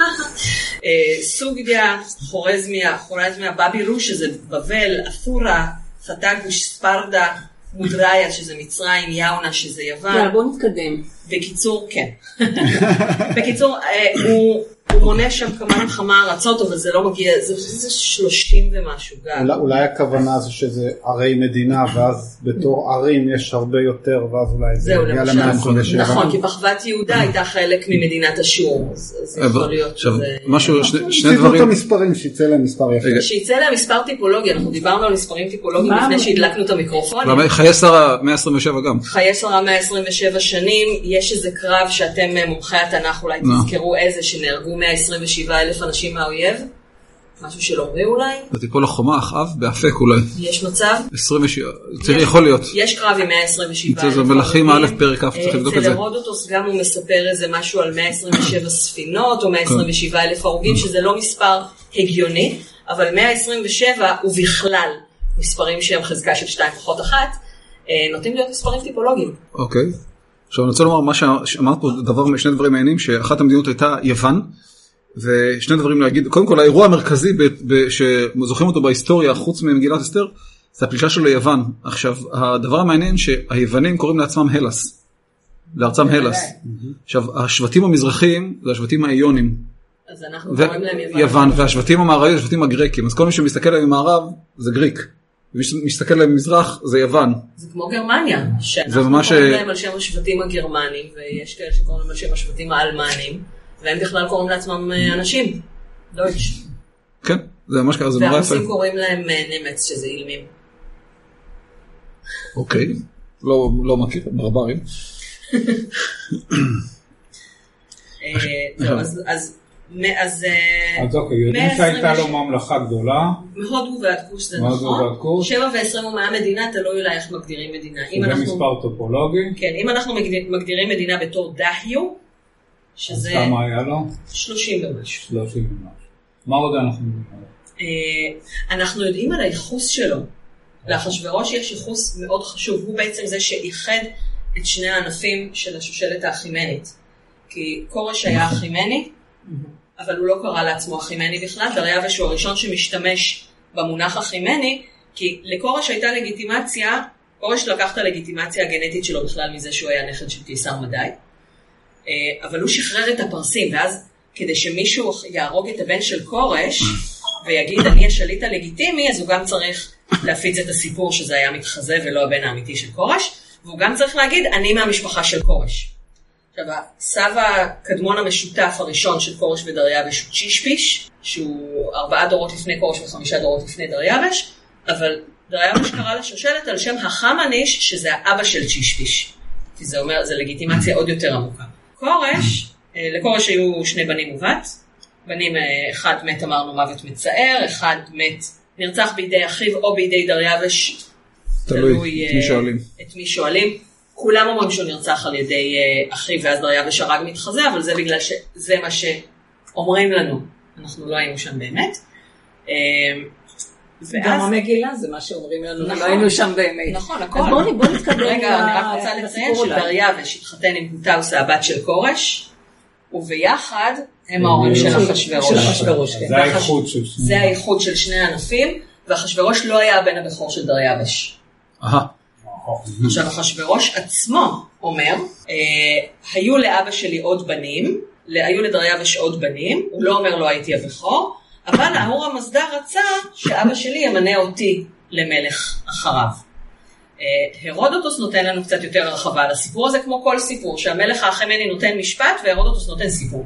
סוגדיה, חורזמיה, חורזמיה, בבילו, שזה בבל, אפורה, פתגוש, ספרדה, מודריה, שזה מצרים, יאונה, שזה יוון. יאללה, בוא נתקדם. בקיצור, כן. בקיצור, הוא... הוא מונה שם כמה וכמה ארצות, אבל זה לא מגיע, זה, זה שלושים ומשהו גל. אולי, אולי הכוונה זה שזה ערי מדינה, ואז בתור ערים יש הרבה יותר, ואז אולי זה יגיע ל-מאה עשרים ושבע. נכון, כי בחוות יהודה הייתה חלק ממדינת אשור, אז זה יכול להיות עכשיו, שזה... משהו, שני, שני שיצאו דברים... את המספרים, שיצא להם מספר יפה. שיצא להם מספר טיפולוגי, אנחנו דיברנו על מספרים טיפולוגיים לפני שהדלקנו את המיקרופון. חיי שרה מאה עשרים ושבע גם. חיי שרה מאה עשרים ושבע שנים, יש איזה קרב שאתם מומחי התנ"ך אולי תזכרו איזה שנהרגו מאה עשרים ושבעה אלף אנשים מהאויב, משהו שלא רואה אולי. ותיפול החומה אחאב באפק אולי. יש מצב. עשרים ושבע, צריך יכול להיות. יש קרב עם מאה עשרים ושבעה אלף. זה מלכים א' פרק א', צריך לבדוק את זה. אצל הרודוטוס גם הוא מספר איזה משהו על מאה עשרים ושבע ספינות, או מאה עשרים ושבעה אלף הרוגים, שזה לא מספר הגיוני, אבל מאה עשרים ושבע הוא בכלל מספרים שהם חזקה של שתיים פחות אחת, נוטים להיות מספרים טיפולוגיים. אוקיי. עכשיו אני רוצה לומר מה שאמרת פה, דבר, שני דברים מעניינים, שאחת המדינות הייתה יוון, ושני דברים להגיד, קודם כל האירוע המרכזי שזוכרים אותו בהיסטוריה, חוץ ממגילת אסתר, זה הפלישה שלו ליוון. עכשיו, הדבר המעניין שהיוונים קוראים לעצמם הלס, לארצם הלס. עכשיו, השבטים המזרחיים זה השבטים האיונים. אז אנחנו קוראים להם יוון. יוון, והשבטים המערבים זה השבטים הגרקים. אז כל מי שמסתכל עליהם ממערב זה גריק. ומי שמסתכל עליהם ממזרח זה יוון. זה כמו גרמניה, שאנחנו קוראים להם על שם השבטים הגרמנים, ויש כאלה שקוראים להם על שם השבטים האלמנים. והם בכלל קוראים לעצמם אנשים, דויטש. כן, זה ממש ככה, זה נורא יפה. והרוסים קוראים להם נמץ, שזה אילמים. אוקיי, לא מכיר, ברברים. טוב, אז... אז אוקיי, יודעים שהייתה לו ממלכה גדולה. מהודו ועד כוש זה נכון. שבע ועשרים ומאה מדינה, תלוי אולי איך מגדירים מדינה. זה מספר טופולוגי. כן, אם אנחנו מגדירים מדינה בתור דהיו, אז כמה היה לו? שלושים ומשהו. שלושים ומשהו. מה עוד אנחנו יודעים? אנחנו יודעים על הייחוס שלו. לאחשוורוש יש ייחוס מאוד חשוב. הוא בעצם זה שאיחד את שני הענפים של השושלת האחימנית. כי קורש היה אחימני, אבל הוא לא קרא לעצמו אחימני בכלל. דריווש הוא הראשון שמשתמש במונח אחימני, כי לקורש הייתה לגיטימציה, קורש לקח את הלגיטימציה הגנטית שלו בכלל מזה שהוא היה נכד של קיסר מדי. אבל הוא שחרר את הפרסים, ואז כדי שמישהו יהרוג את הבן של קורש, ויגיד אני השליט הלגיטימי, אז הוא גם צריך להפיץ את הסיפור שזה היה מתחזה ולא הבן האמיתי של קורש, והוא גם צריך להגיד אני מהמשפחה של קורש. עכשיו, הסבא הקדמון המשותף הראשון של קורש ודריווש הוא צ'ישפיש, שהוא ארבעה דורות לפני קורש וחמישה דורות לפני דריווש, אבל דריווש קרא לשושלת על שם החמניש, שזה האבא של צ'ישפיש. כי זה אומר, זה לגיטימציה עוד יותר עמוקה. קורש, לקורש היו שני בנים ובת, בנים, אחד מת אמרנו מוות מצער, אחד מת נרצח בידי אחיו או בידי דריווש, תלוי את מי שואלים. את מי שואלים. כולם אומרים שהוא נרצח על ידי אחיו ואז דריווש הרג מתחזה, אבל זה בגלל שזה מה שאומרים לנו. אנחנו לא היינו שם באמת. גם המגילה זה מה שאומרים לנו, לא היינו שם באמת. נכון, הכל. אז בוא נתקדם. רגע, אני רק רוצה לציין שדריווש התחתן עם גוטאוס, הבת של קורש, וביחד הם ההורים של אחשוורוש. זה האיחוד של שני. זה האיחוד של שני הענפים, ואחשוורוש לא היה הבן הבכור של דריווש. אהה. עכשיו, אחשוורוש עצמו אומר, היו לאבא שלי עוד בנים, היו לדריווש עוד בנים, הוא לא אומר לא הייתי הבכור, אבל האור המסדר רצה שאבא שלי ימנה אותי למלך אחריו. הרודוטוס נותן לנו קצת יותר הרחבה על הסיפור הזה, כמו כל סיפור, שהמלך האחימני נותן משפט והרודוטוס נותן סיפור.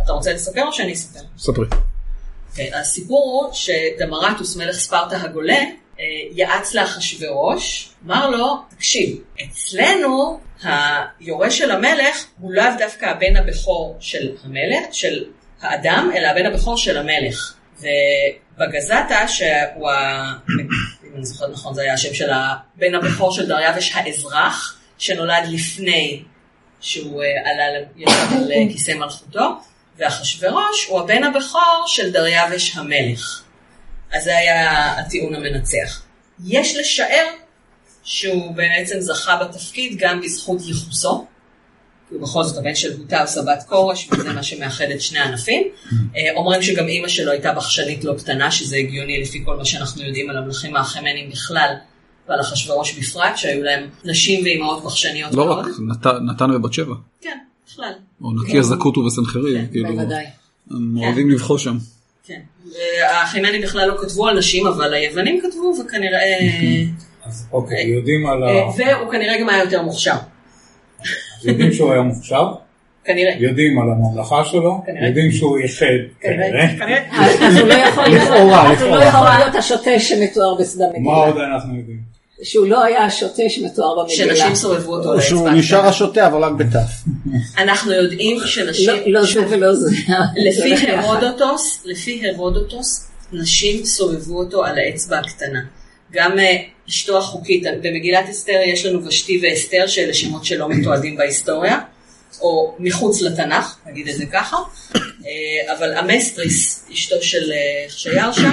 אתה רוצה לספר או שאני אספר? ספרי. Okay, הסיפור הוא שדמרטוס מלך ספרטה הגולה יעץ לאחשוורוש, אמר לו, תקשיב, אצלנו היורש של המלך הוא לאו דווקא הבן הבכור של המלך, של האדם, אלא הבן הבכור של המלך. ובגזתה, שהוא, אם אני זוכרת נכון, זה היה השם של הבן הבכור של דריווש האזרח, שנולד לפני שהוא עלה על כיסא מלכותו, ואחשוורוש הוא הבן הבכור של דריווש המלך. אז זה היה הטיעון המנצח. יש לשער שהוא בעצם זכה בתפקיד גם בזכות ייחוסו, כי הוא בכל זאת הבן של הוטה וסבת קורש, וזה מה שמאחד את שני הענפים. אומרים שגם אמא שלו הייתה בחשנית לא קטנה, שזה הגיוני לפי כל מה שאנחנו יודעים על המלכים האחמנים בכלל, ועל אחשוורוש בפרט, שהיו להם נשים ואימהות בחשניות. לא רק, נתן ובת שבע. כן, בכלל. או נקי הזקוטו וסנחריב. כן, בוודאי. הם אוהבים לבחוש שם. כן. האחמנים בכלל לא כתבו על נשים, אבל היוונים כתבו, וכנראה... אז אוקיי, יודעים על ה... והוא כנראה גם היה יותר מוכשר. יודעים שהוא היה מוכשר? כנראה. יודעים על הממלכה שלו? יודעים שהוא יחד? כנראה. אז הוא לא יכול להיות השוטה שמתואר בסדה מגילה. מה עוד אנחנו יודעים? שהוא לא היה השוטה שמתואר במגילה. שנשים סובבו אותו לאצבע. שהוא נשאר השוטה, אבל רק בתף. אנחנו יודעים שנשים... לא זה ולא זה. לפי הרודוטוס, לפי הרודוטוס, נשים סובבו אותו על האצבע הקטנה. גם אשתו החוקית, במגילת אסתר יש לנו ושתי ואסתר, שאלה שמות שלא מתועדים בהיסטוריה, או מחוץ לתנ"ך, נגיד את זה ככה, אבל המסטריס, אשתו של חשיירשה,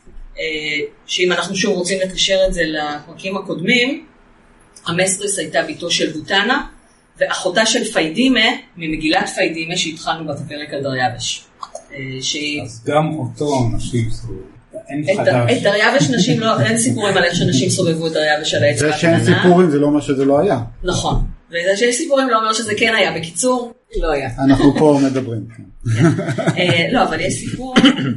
שאם אנחנו שוב רוצים לקשר את זה לפרקים הקודמים, המסטריס הייתה ביתו של בוטנה, ואחותה של פיידימה, ממגילת פיידימה שהתחלנו בפרק על דריווש. אז גם אותו נשים סובבו. את דריווש נשים, אין סיפורים על איך שנשים סובבו את דריווש על האצבע הקטנה. זה שאין סיפורים זה לא מה שזה לא היה. נכון. וזה שיש סיפורים לא אומר שזה כן היה. בקיצור, לא היה. אנחנו פה מדברים. לא, אבל יש סיפור.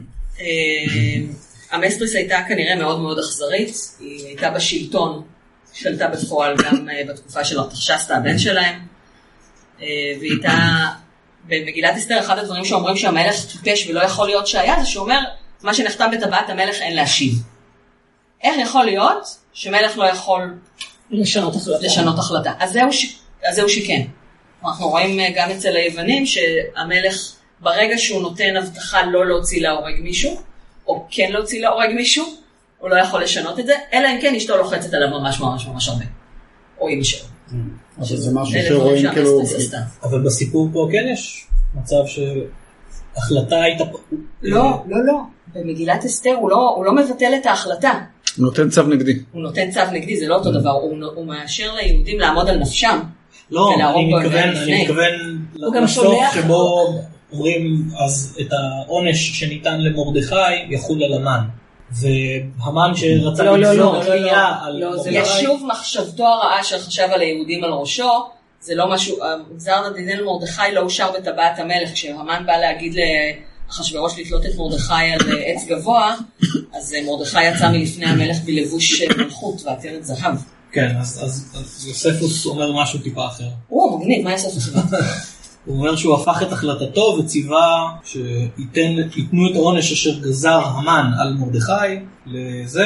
המסטריס הייתה כנראה מאוד מאוד אכזרית. היא הייתה בשלטון, שלטה בפועל גם בתקופה של ארתחשסתא, הבן שלהם. והיא הייתה, במגילת אסתר, אחד הדברים שאומרים שהמלך טיפש ולא יכול להיות שהיה, זה שאומר, מה שנחתם בטבעת המלך אין להשיב. איך יכול להיות שמלך לא יכול לשנות החלטה? לשנות החלטה. אז זהו, ש... אז זהו שכן. אנחנו רואים גם אצל היוונים שהמלך ברגע שהוא נותן הבטחה לא להוציא להורג מישהו, או כן להוציא להורג מישהו, הוא לא יכול לשנות את זה, אלא אם כן אשתו לוחצת עליו ממש ממש ממש הרבה. או אמא שלו. אבל זה משהו שרואים כאילו... אבל בסיפור פה כן יש מצב שהחלטה הייתה... לא, לא, לא. במגילת אסתר הוא לא, הוא לא מבטל את ההחלטה. הוא נותן צו נגדי. הוא נותן צו נגדי, זה לא אותו דבר. הוא, הוא מאשר ליהודים לעמוד על נפשם. לא, אני מתכוון, אני מתכוון לסוף שבו אומרים אז את העונש שניתן למרדכי יחול על המן. והמן שרצה לא, לא, לגזור לא, תביעה לא, על לא, מרדכי. זה ישוב מחשבתו הרעה שחשב על היהודים על ראשו. זה לא משהו, גזר דין על מרדכי לא אושר בטבעת המלך. כשהמן בא להגיד לאחשוורוש לתלות את מרדכי על עץ גבוה, אז מרדכי יצא מלפני המלך בלבוש מלכות ועטרת זהב. כן, אז, אז, אז יוספוס אומר משהו טיפה אחר. או, מגניב, מה יוספוס אומר? הוא אומר שהוא הפך את החלטתו וציווה שיתנו את העונש אשר גזר המן על מרדכי לזה,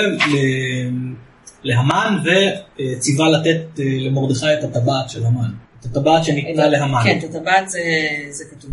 להמן, וציווה לתת למרדכי את הטבעת של המן. את הטבעת שניתנה להמן. כן, את הטבעת זה, זה כתוב.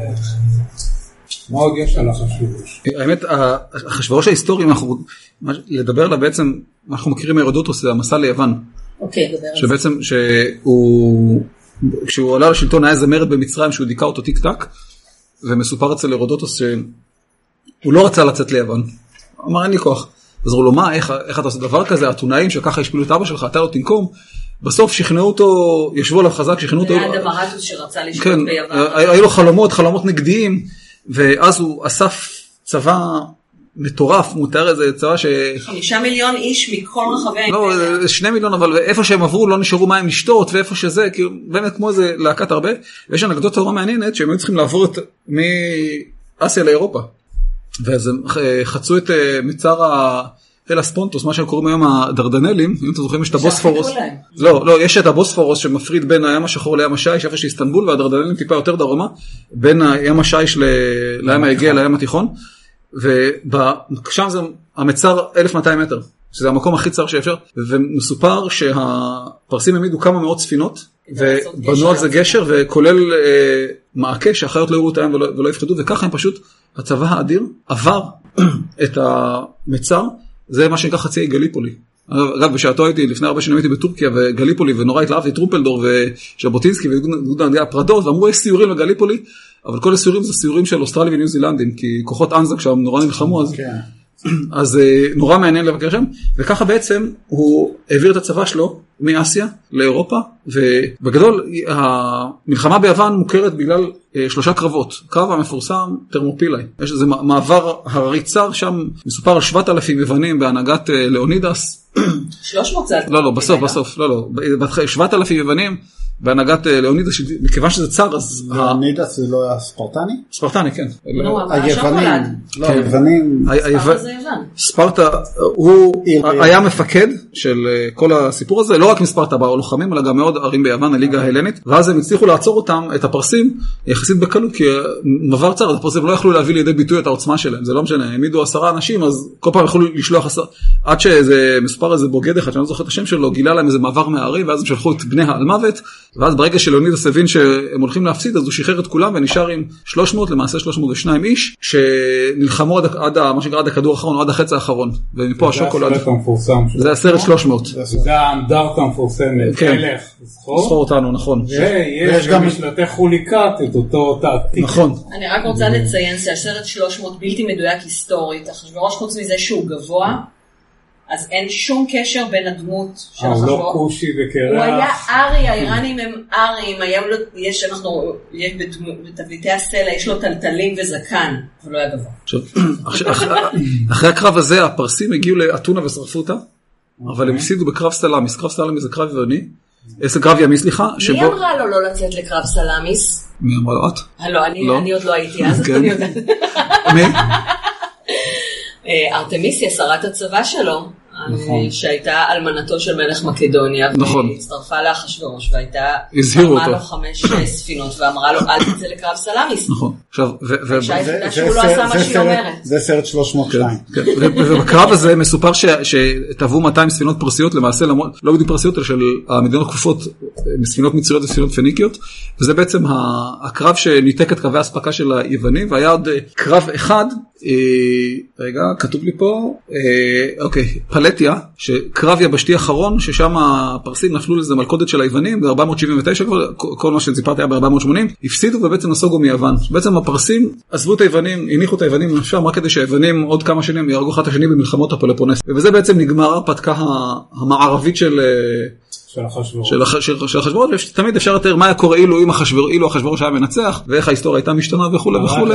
מה עוד יש על אחשוורוש? האמת, אחשוורוש ההיסטורי, לדבר לה בעצם, מה אנחנו מכירים מהרודוטוס, זה המסע ליוון. אוקיי, דבר על זה. שבעצם, שהוא, כשהוא עלה לשלטון, היה איזה מרד במצרים, שהוא דיכה אותו טיק טק, ומסופר אצל הרודוטוס, שהוא לא רצה לצאת ליוון. הוא אמר, אין לי כוח. אז אמרו לו, מה, איך, איך אתה עושה דבר כזה? התונאים שככה השפילו את אבא שלך, אתה לא תנקום. בסוף שכנעו אותו, ישבו עליו חזק, שכנעו אותו. זה היה דמרטוס שרצה לשבות כן, ביוון. היו לו חלומות, חלומות נגדיים, ואז הוא אסף צבא מטורף, מותר איזה צבא ש... חמישה מיליון איש מכל רחבי... לא, שני מיליון, אבל איפה שהם עברו לא נשארו מים לשתות, ואיפה שזה, כאילו, באמת כמו איזה להקת הרבה, ויש אנקדוטה נורא מעניינת, שהם היו צריכים לעבור את... מאסיה לאירופה. ואז הם חצו את מצר אלא ספונטוס, מה שקוראים היום הדרדנלים, אם אתם זוכרים יש את הבוספורוס, לא, לא, יש את הבוספורוס שמפריד בין הים השחור לים השיש, איפה שאיסטנבול, והדרדנלים טיפה יותר דרומה, בין הים השיש לים האגאי לים התיכון, ושם זה המצר אלף ומאתיים מטר, שזה המקום הכי צר שאפשר, ומסופר שהפרסים העמידו כמה מאות ספינות, ובנו על זה גשר, וכולל מעקה שהחיות לא יראו את הים ולא יפחדו, וככה הם פשוט, הצבא האדיר עבר את המצר, זה מה שנקרא חצי גליפולי. אגב, בשעתו הייתי, לפני הרבה שנים הייתי בטורקיה וגליפולי, ונורא התלהבתי טרומפלדור וז'בוטינסקי ויהודה נדיעה פרדות, ואמרו יש סיורים לגליפולי, אבל כל הסיורים זה סיורים של אוסטרליה וניו זילנדים, כי כוחות אנזק שם נורא נלחמו, אז, אז נורא מעניין לבקר שם, וככה בעצם הוא העביר את הצבא שלו מאסיה לאירופה, ובגדול המלחמה ביוון מוכרת בגלל שלושה קרבות. קרב המפורסם טרמופילאי, יש איזה מעבר הררי צר, שם מסופר על שבעת אלפים יוונים בהנהגת לאונידס. שלוש מאות צד. לא, לא, בסוף, בסוף, לא, לא, שבעת אלפים יוונים בהנהגת לאונידס, מכיוון שזה צר, אז... לאונידס זה לא הספרטני? ספרטני, כן. היוונים. לא, היוונים. ספרטה זה יוון. ספרטה, הוא היה מפקד של כל הסיפור הזה, לא רק מספרטה באו לוחמים, אלא גם מאוד ערים ביוון, הליגה ההלנית, ואז הם הצליחו לעצור אותם, את הפרסים, יחסית בקלות, כי מעבר צר, הפרסים לא יכלו להביא לידי ביטוי את העוצמה שלהם, זה לא משנה, העמידו עשרה אנשים, אז כל פעם יכלו לשלוח עשרה, עד שאיזה מספר איזה בוגד אחד, שאני לא זוכר את השם שלו, גילה להם איזה מעבר מהערים, ואז הם שלחו את בניה על מוות, ואז ברגע שלאונידס הבין שהם הולכים להפסיד, אז הוא שחרר את כולם ונשאר עם שלוש מאות, למעשה שלוש מאות ושתיים איש, שנלחמו עד, עד, מה שנקרא, עד הכדור האחרון, או עד החץ האחרון, ומפה השוקולד. זה הסרט שלוש מאות. זה האנדרטה המפורסמת. כן. זכור אותנו, נכון. ויש גם משלטי חוליקת את אותו תעתיק. נכון. אני רק רוצה לציין שהסרט שלוש מאות בלתי מדויק היסטורית, אחשוורוש חוץ מזה שהוא גבוה, אז אין שום קשר בין הדמות של אחשוורוש. הוא לא קושי וקרח. הוא היה ארי, האיראנים הם ארים, יש אנחנו, יש בתבליטי הסלע, יש לו טלטלים וזקן, אבל לא היה גבוה. אחרי הקרב הזה, הפרסים הגיעו לאתונה ושרפו אותה, אבל הם הפסידו בקרב סלאמיס. קרב סלאמיס זה קרב יווני, זה קרב ימי, סליחה. מי אמרה לו לא לצאת לקרב סלאמיס? מי אמרה לו את? לא, אני עוד לא הייתי אז, אני יודעת. מי? ארתמיסיה, שרת הצבא שלו, שהייתה אלמנתו של מלך מקדוניה, והצטרפה לאחשוורוש, והייתה אמרה לו חמש ספינות, ואמרה לו אל תצא לקרב סלאמיס. נכון. שהוא לא עשה מה שהיא אומרת. זה סרט שלוש מאות ושתיים. ובקרב הזה מסופר שטבעו מאתיים ספינות פרסיות, למעשה לא בדיוק פרסיות, אלא של המדינות כפופות, ספינות מצריות וספינות פניקיות, וזה בעצם הקרב שניתק את קווי ההספקה של היוונים, והיה עוד קרב אחד, רגע, כתוב לי פה, אוקיי, פלטיה, שקרב יבשתי אחרון, ששם הפרסים נפלו לזה מלכודת של היוונים, ב-ארבע מאות שבעים ותשע, כל מה שציפרתי היה ב-ארבע מאות שמונים, הפסידו ובעצם נסוגו מיוון. בעצם הפרסים עזבו את היוונים, הניחו את היוונים לנפשם, רק כדי שהיוונים עוד כמה שנים יהרגו אחד השני במלחמות הפלופונס. ובזה בעצם נגמר הפתקה המערבית של... של אחשוורוש, תמיד אפשר לתאר מה היה קורה אילו אחשוורוש היה מנצח, ואיך ההיסטוריה הייתה משתנה וכו' וכו'.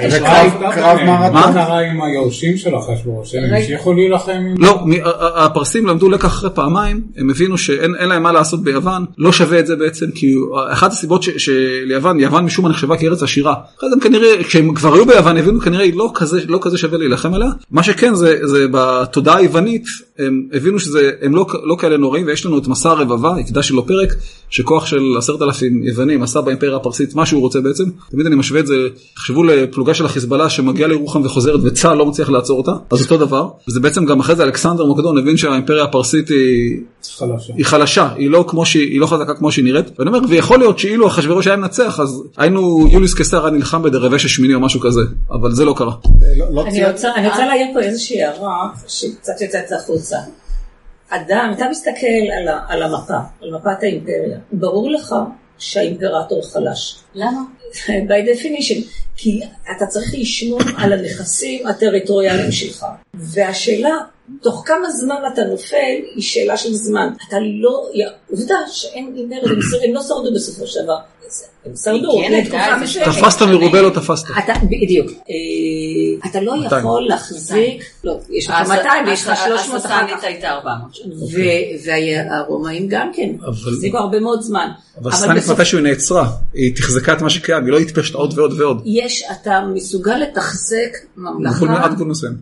מה קרה עם היורשים של אחשוורוש? הם המשיכו להילחם? לא, הפרסים למדו לקח אחרי פעמיים, הם הבינו שאין להם מה לעשות ביוון, לא שווה את זה בעצם, כי אחת הסיבות שליוון, יוון משום מה נחשבה כארץ עשירה. אחרי זה הם כנראה, כשהם כבר היו ביוון, הבינו כנראה לא כזה שווה להילחם עליה. מה שכן זה בתודעה היוונית, הם הבינו שהם לא כאלה נוראים, ויש לנו את מסע הרבבה, הקדש שלו פרק, שכוח של עשרת אלפים יוונים עשה באימפריה הפרסית מה שהוא רוצה בעצם. תמיד אני משווה את זה, תחשבו לפלוגה של החיזבאללה שמגיעה לירוחם וחוזרת וצה"ל לא מצליח לעצור אותה, אז אותו דבר. וזה בעצם גם אחרי זה אלכסנדר מוקדון הבין שהאימפריה הפרסית היא חלשה, היא חלשה, היא לא כמו שהיא, היא לא חזקה כמו שהיא נראית. ואני אומר, ויכול להיות שאילו אחשוורוש היה מנצח, אז היינו יוליוס קיסר היה נלחם בדרבש השמיני או משהו כזה, אבל זה לא קרה. אני רוצה להעיר פה איזושהי הערה שקצת יוצאת החוצה. אדם, אתה מסתכל על, ה, על המפה, על מפת האימפריה, ברור לך שהאימפרטור חלש. למה? by definition, כי אתה צריך לשמור על הנכסים הטריטוריאליים שלך. והשאלה, תוך כמה זמן אתה נופל, היא שאלה של זמן. אתה לא, עובדה שאין אימפריה, הם לא שרדו בסופו של דבר. הם שרדו, לתקופה מסוימת. תפסת מרובה לא תפסת. בדיוק. אתה לא יכול להחזיק, לא, יש לך מאתיים ויש לך שלוש מאות, הססנית הייתה ארבע מאות. והרומאים גם כן, החזיקו הרבה מאוד זמן. אבל הססנית מתישהו היא נעצרה, היא תחזקה את מה שקיים, היא לא התפשט עוד ועוד ועוד. יש, אתה מסוגל לתחזק ממלכה. עד גבול מסוים.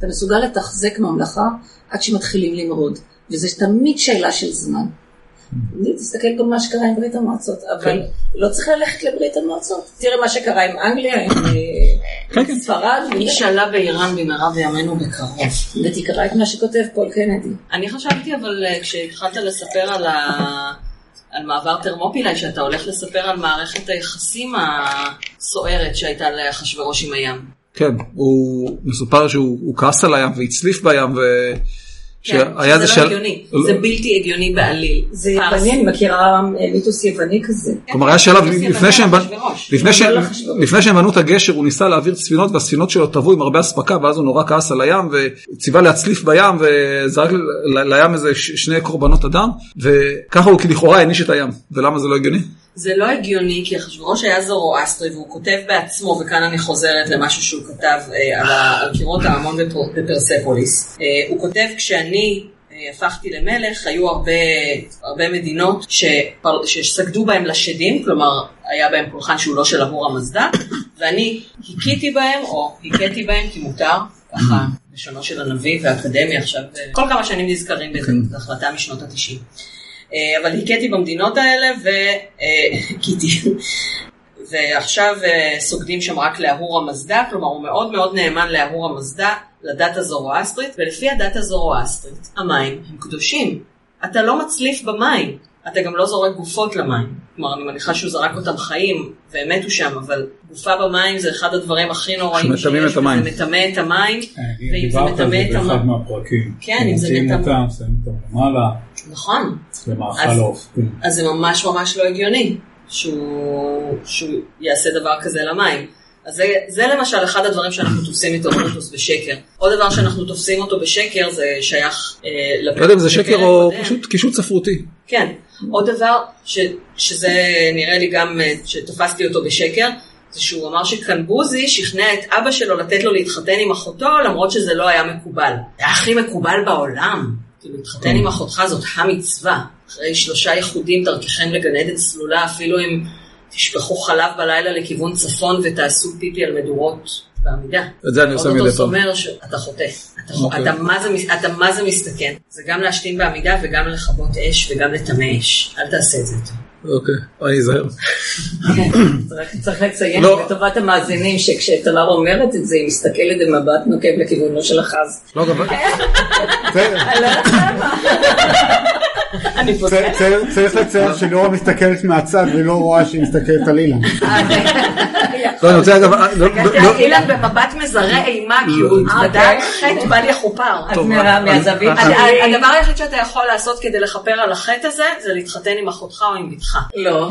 אתה מסוגל לתחזק ממלכה עד שמתחילים למרוד. וזה תמיד שאלה של זמן. תסתכל גם מה שקרה עם ברית המועצות, אבל לא צריך ללכת לברית המועצות. תראה מה שקרה עם אנגליה, עם ספרד. היא שאלה באיראן במהרה בימינו בקרוב. ותקרא את מה שכותב פול קנדי. אני חשבתי אבל כשהתחלת לספר על ה... על מעבר תרמופילאי, שאתה הולך לספר על מערכת היחסים הסוערת שהייתה לאחשוורוש עם הים. כן, הוא מסופר שהוא כעס על הים והצליף בים ו... כן, שזה לא הגיוני, זה בלתי הגיוני בעליל. זה יווני, אני מכירה מיתוס יווני כזה. כלומר היה שלב, לפני שהם בנו את הגשר, הוא ניסה להעביר ספינות, והספינות שלו טבעו עם הרבה הספקה, ואז הוא נורא כעס על הים, וציווה להצליף בים, וזרק לים איזה שני קורבנות אדם, וככה הוא לכאורה העניש את הים. ולמה זה לא הגיוני? זה לא הגיוני, כי אחשוורוש היה זורואסטרי, והוא כותב בעצמו, וכאן אני חוזרת למשהו שהוא כתב על קירות ההמון בפרספוליס. הוא כותב, כשאני הפכתי למלך, היו הרבה, הרבה מדינות שסגדו בהם לשדים, כלומר, היה בהם פולחן שהוא לא של אהור המזדה, ואני הכיתי בהם, או הכיתי בהם, כי מותר, ככה, לשונו של הנביא והאקדמיה עכשיו, כל כמה שנים נזכרים בהחלטה משנות ה-תשעים. אבל הכיתי במדינות האלה והכיתי. ועכשיו סוגדים שם רק לאהור המזדה, כלומר הוא מאוד מאוד נאמן לאהור המזדה, לדת הזורואסטרית, ולפי הדת הזורואסטרית, המים הם קדושים. אתה לא מצליף במים, אתה גם לא זורק גופות למים. כלומר, אני מניחה שהוא זרק אותם חיים, והם מתו שם, אבל גופה במים זה אחד הדברים הכי נוראים שיש, וזה מטמא את המים, ואם זה מטמא את המים... באחד מהפרקים. כן, אם זה מטמא... אותם, שמים אותם למעלה. נכון. למאכל עוף. אז זה ממש ממש לא הגיוני, שהוא יעשה דבר כזה למים. אז זה, זה למשל אחד הדברים שאנחנו תופסים איתו אורוטוס בשקר. עוד דבר שאנחנו תופסים אותו בשקר זה שייך אה, לפרק. לא יודע אם זה שקר או פשוט קישוט ספרותי. כן. עוד דבר ש, שזה נראה לי גם שתפסתי אותו בשקר, זה שהוא אמר שקנבוזי שכנע את אבא שלו לתת לו להתחתן עם אחותו, למרות שזה לא היה מקובל. היה הכי מקובל בעולם. כאילו, להתחתן עם אחותך זאת המצווה. אחרי שלושה ייחודים דרככם לגן עדן סלולה, אפילו אם תשפכו חלב בלילה לכיוון צפון ותעשו פיפי על מדורות בעמידה. את זה אני עושה מדי פעם. זאת אומרת שאתה חוטא. אתה מה זה מסתכן. זה גם להשתין בעמידה וגם לכבות אש וגם לטמא אש. אל תעשה את זה יותר. אוקיי, אני אזהר. צריך לציין לטובת המאזינים שכשתמר אומרת את זה, היא מסתכלת במבט נוקב לכיוונו של החז. לא, גם... צריך לציין שלא מסתכלת מהצד ולא רואה שהיא מסתכלת על אילן. לא, אני רוצה אגב... אילן במבט מזרה אימה, כי הוא התוודע חטא בל יחופר. הדבר היחיד שאתה יכול לעשות כדי לכפר על החטא הזה, זה להתחתן עם אחותך או עם בתך. לא.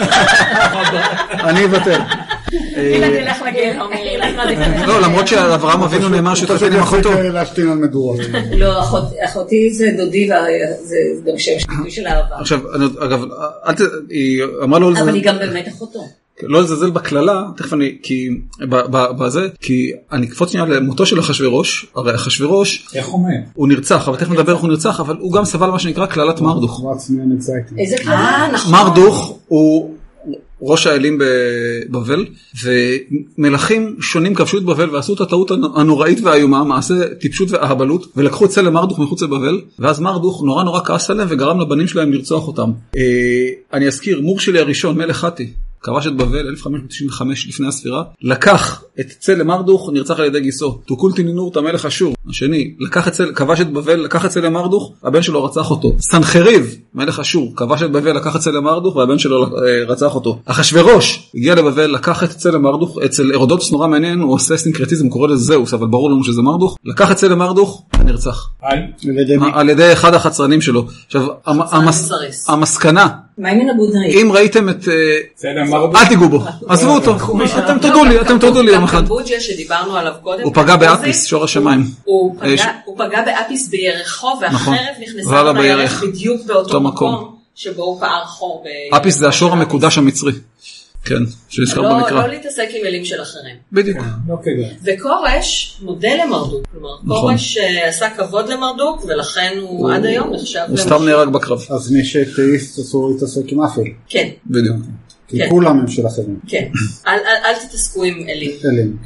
אני אוותר. אילן ילך לגיהנום. לא, למרות שאברהם אבינו נאמר שתחתן עם אחותו. להשתין על מדורות. לא, אחותי זה דודי, וזה גם שם של האהבה. עכשיו, אגב, היא אמרה לו... אבל היא גם באמת אחותו. לא לזלזל בכללה, תכף אני, כי, בזה, כי אני קפוץ שנייה למותו של אחשוורוש, הרי אחשוורוש, איך אומר? הוא נרצח, אבל תכף נדבר איך הוא נרצח, אבל הוא גם סבל מה שנקרא כללת מרדוך. איזה כללה? מרדוך הוא ראש האלים בבבל, ומלכים שונים כבשו את בבל, ועשו את הטעות הנוראית והאיומה, מעשה טיפשות ואהבלות, ולקחו את צלם מרדוך מחוץ לבבל, ואז מרדוך נורא נורא כעס עליהם, וגרם לבנים שלהם לרצוח אותם. אני אזכיר, מורשלי הראשון, מלך חתי, כבש את בבל, אלף חמש מאות תשעים וחמש לפני הספירה, לקח את צלם מרדוך, נרצח על ידי גיסו. תוקולתי נינורתא מלך אשור. השני, לקח את צלם, כבש את בבל, לקח את צלם מרדוך, הבן שלו רצח אותו. סנחריב, מלך אשור, כבש את בבל, לקח את צלם מרדוך, והבן שלו רצח אותו. אחשוורוש, הגיע לבבל, לקח את צלם מרדוך, אצל הרודוטוס נורא מעניין, הוא עושה סינקרטיזם, קורא לזה זהוס, אבל ברור לנו שזה מרדוך. לקח את צלם מרדוך, ונרצח. על ידי אחד החצרנים שלו. עכשיו, המסקנה, אם ראיתם את... אל תיגעו בו, עזבו אותו, אתם תודו לי, אתם תודו לי יום אחד. קמבודג'ה שדיברנו עליו קודם. הוא פגע באפיס, שור השמיים. הוא פגע באפיס בירחו, והחרב נכנסה לירח בדיוק באותו מקום שבו הוא פער חור. אפיס זה השור המקודש המצרי. כן, שנזכר במקרא. לא להתעסק עם מילים של אחרים. בדיוק. וקורש מודה למרדוק. כלומר, קורש עשה כבוד למרדוק, ולכן הוא עד היום נחשב... הוא סתם נהרג בקרב. אז מי שתאיסט אסור להתעסק עם אפל. כן. בדיוק. כי כולם הם של אחרים. כן. אל תתעסקו עם אלים. אלים, כן.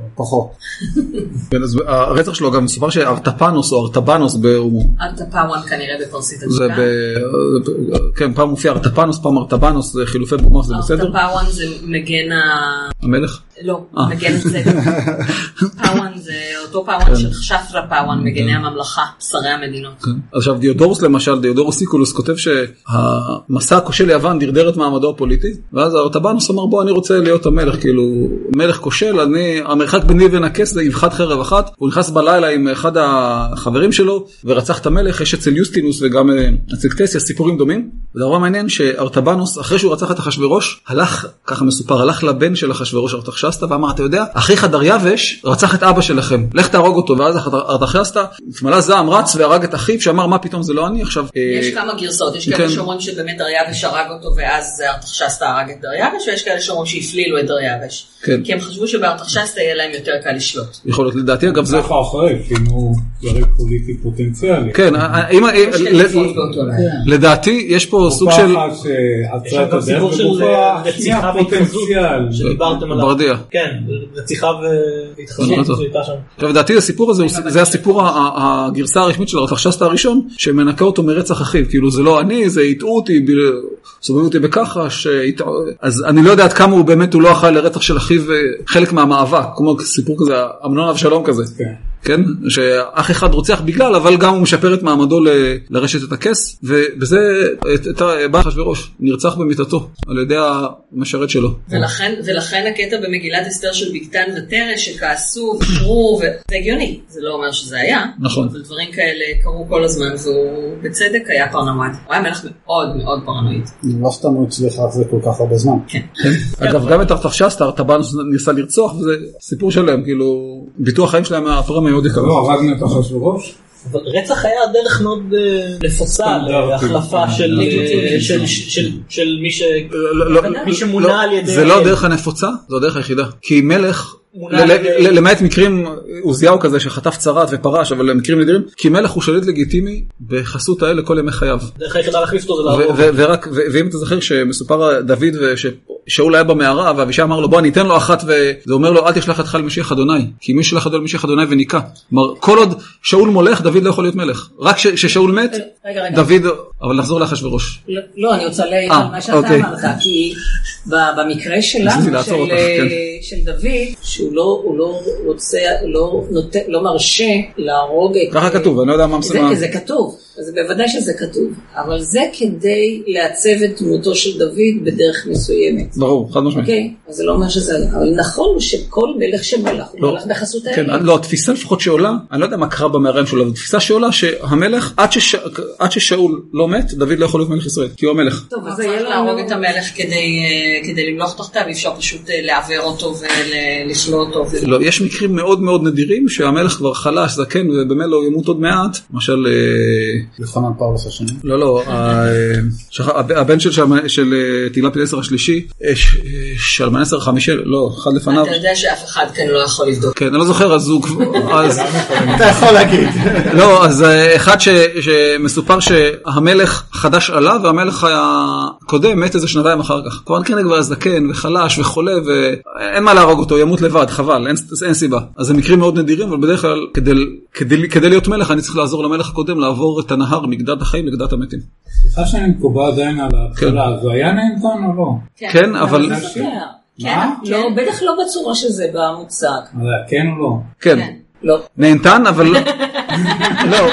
פחות. הרצח שלו גם מסופר שארטפנוס או ארטבנוס ארטפאוואן כנראה בפרסית זה כן, פעם מופיע ארטפנוס, פעם ארטבנוס, זה חילופי במוח, זה בסדר? ארטפאוואן זה מגן המלך? לא, מגן הצדק. פאוואן זה אותו פאוואן של שפרה פאוואן, מגני הממלכה, שרי המדינות. עכשיו דיודורוס למשל, דיודורוס סיקולוס כותב שהמסע הכושל ליוון דרדר את מעמדו הפוליטי, ואז ארטבנוס אמר בוא אני רוצה להיות המלך, כאילו מלך כושל, אני, המרחק ביני ובין הכס זה יבחת חרב אחת, הוא נכנס בלילה עם אחד החברים שלו ורצח את המלך, יש אצל יוסטינוס וגם אצל קטסיה סיפורים דומים. זה הרבה מעניין שארטבנוס אחרי שהוא רצח את אחשוורוש, הלך, ככה מסופר, הלך לבן של אחשוורוש ארתחשסתא ואמר אתה יודע, אחיך דריווש רצח את אבא שלכם, לך תהרוג אותו. ואז ארתחשסתא התמלא זעם, רץ והרג את אחיו שאמר מה פתאום זה לא אני. עכשיו יש כמה גרסאות, יש כאלה שאומרים שבאמת דריווש הרג אותו ואז ארתחשסתא הרג את דריווש, ויש כאלה שאומרים שהפלילו את דריווש כי הם חשבו שבארתחשסתא יהיה להם יותר קל לשלוט. יכול להיות לדעתי אגב זה ככה אחרי אם הוא יריב פוליטי פוטנציאלי. כן, לדעתי יש פה סוג של יש גם סיפור של רציחה והתחזות שדיברתם עליו. ברדיה. כן, רציחה והתחזות. לדעתי הסיפור הזה זה הסיפור הגרסה הרשמית של ארתחשסתא הראשון שמנקה אותו מרצח אחיו, כאילו זה לא אני, זה הטעו אותי, סובבו אותי בככה, אז אני לא יודע עד כמה הוא באמת הוא לא אחראי לרצח של אחיו חלק מהמאבק, כמו סיפור כזה, אמנון אבשלום כזה. כן. כן? שאח אחד רוצח בגלל, אבל גם הוא משפר את מעמדו לרשת את הכס, ובזה בא אחשוורוש, נרצח במיטתו על ידי המשרת שלו. ולכן, ולכן הקטע במגילת אסתר של בגתן ותרש שכעסו וחרו, וזה הגיוני, זה לא אומר שזה היה. נכון. אבל דברים כאלה קרו כל הזמן, והוא בצדק היה פרנואיד. הוא היה מלך מאוד מאוד פרנואיד. לא סתם הוא הצליח להחזיק כל כך הרבה זמן. כן. אגב, גם את ארתחשסתא, ארטבנוס ניסה לרצוח, וזה סיפור שלהם, כאילו, ביטוח חיים שלהם מהפרם מאוד יקר. לא, הרגנו את אחשוורוש. אבל רצח היה דרך מאוד נפוצה להחלפה של מי שמונה על ידי... זה לא הדרך הנפוצה, זו הדרך היחידה. כי מלך, למעט מקרים, עוזיהו כזה שחטף צרת ופרש, אבל מקרים נדירים, כי מלך הוא שליט לגיטימי בחסות האלה כל ימי חייו. דרך היחידה להחליף אותו זה לעבור. ואם אתה זוכר שמסופר דוד ושאול היה במערה, ואבישי אמר לו בוא אני אתן לו אחת, וזה אומר לו אל תשלח ידך אל משיח אדוני, כי מי שלח ידו אל משיח אדוני וניקה. כלומר, כל עוד שאול מולך, דוד לא יכול להיות מלך. רק כששאול מת, דוד, אבל נחזור לאחשוורוש. לא, אני רוצה להעיר על מה שאתה אמרת, כי במקרה שלנו, של דוד, שהוא לא, הוא לא רוצה, לא, נוט, לא מרשה להרוג את... ככה כתוב, אני לא יודע מה מסוים. זה, זה כתוב, אז בוודאי שזה כתוב, אבל זה כדי לעצב את דמותו של דוד בדרך מסוימת. ברור, חד משמעית. אוקיי, אז זה לא אומר שזה, אבל נכון שכל מלך שמלך, הוא לא, מלך בחסות האלה. כן, לא, התפיסה לפחות שעולה, אני לא יודע מה קרה במערם שלו, אבל התפיסה שעולה שהמלך, עד, שש, עד ששאול לא מת, דוד לא יכול להיות מלך ישראל, כי הוא המלך. טוב, אז צריך להרוג את המלך כדי, כדי למלוך תחתיו, אפשר פשוט לעבר אותו ולשלוא אותו. לא, יש מקרים מאוד מאוד נדירים שהמלך כבר חלש, זקן, ובאמת לא ימות עוד מעט, למשל... יוחנן פאולוס השני. לא, לא, הבן של תהילה פילגסר השלישי, שלמנסר החמישי, לא, אחד לפניו. אתה יודע שאף אחד כאן לא יכול לבדוק. כן, אני לא זוכר, אז הוא... אתה יכול להגיד. לא, אז אחד שמסופר שהמלך חדש עלה, והמלך הקודם מת איזה שנתיים אחר כך. כבר כן כבר זקן וחלש וחולה, ואין מה להרוג אותו, ימות לבד, חבל, אין, אין סיבה. אז זה מקרים מאוד נדירים, אבל בדרך כלל, כדי, כדי, כדי להיות מלך, אני צריך לעזור למלך הקודם, לעבור את הנהר מגדת החיים לגדת המתים. סליחה שאני מקובל עדיין על ההתחלה, אז הוא היה נהנתן או לא? כן, אבל... מה? לא, בטח לא בצורה שזה במוצג. כן או לא? כן. לא. נהנתן, אבל לא... לא,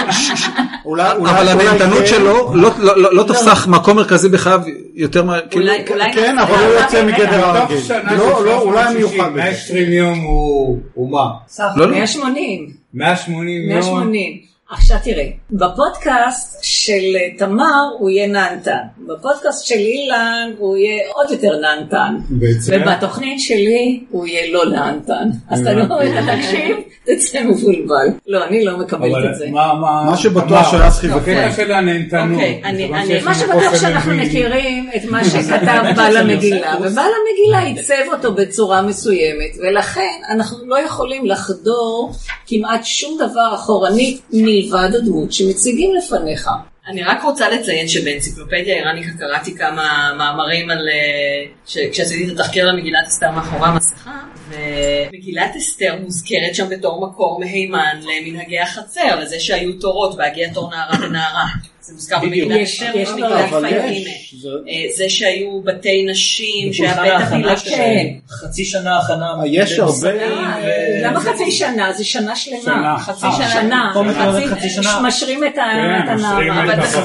אבל הנהנתנות שלו לא תפסח מקום מרכזי בחייו יותר מה... כן, אבל הוא יוצא מגדר הרגיל. לא, לא, אולי מיוחד. מאה ועשרים יום הוא מה? סך, מאה ושמונים. מאה ושמונים יום. מאה ושמונים. עכשיו תראה, בפודקאסט של תמר הוא יהיה נענתן, בפודקאסט של אילן הוא יהיה עוד יותר נענתן, ובתוכנית שלי הוא יהיה לא נענתן. אז אתה לא תקשיב, תצא מבולבל. לא, אני לא מקבלת את זה. מה שבטוח שהיה צריך בקטע של הנהנתנות. מה שבטוח שאנחנו מכירים את מה שכתב בעל המגילה, ובעל המגילה ייצב אותו בצורה מסוימת, ולכן אנחנו לא יכולים לחדור כמעט שום דבר אחורנית מלבד הדמות שמציגים לפניך. אני רק רוצה לציין שבאנציקלופדיה איראניקה קראתי כמה מאמרים על... כשעשיתי את התחקיר למגילת אסתר מאחורי המסכה, ומגילת אסתר מוזכרת שם בתור מקור מהימן למנהגי החצר, לזה שהיו תורות בהגיע תור נערה ונערה. זה מוזכר במגילת אסתר, יש מגילת פייטימה. זה שהיו בתי נשים, שהיה בית הפילה שלהם. חצי שנה הכנה. יש הרבה... למה חצי שנה? זה שנה שלמה. חצי שנה. חצי שנה. משרים את הנערה.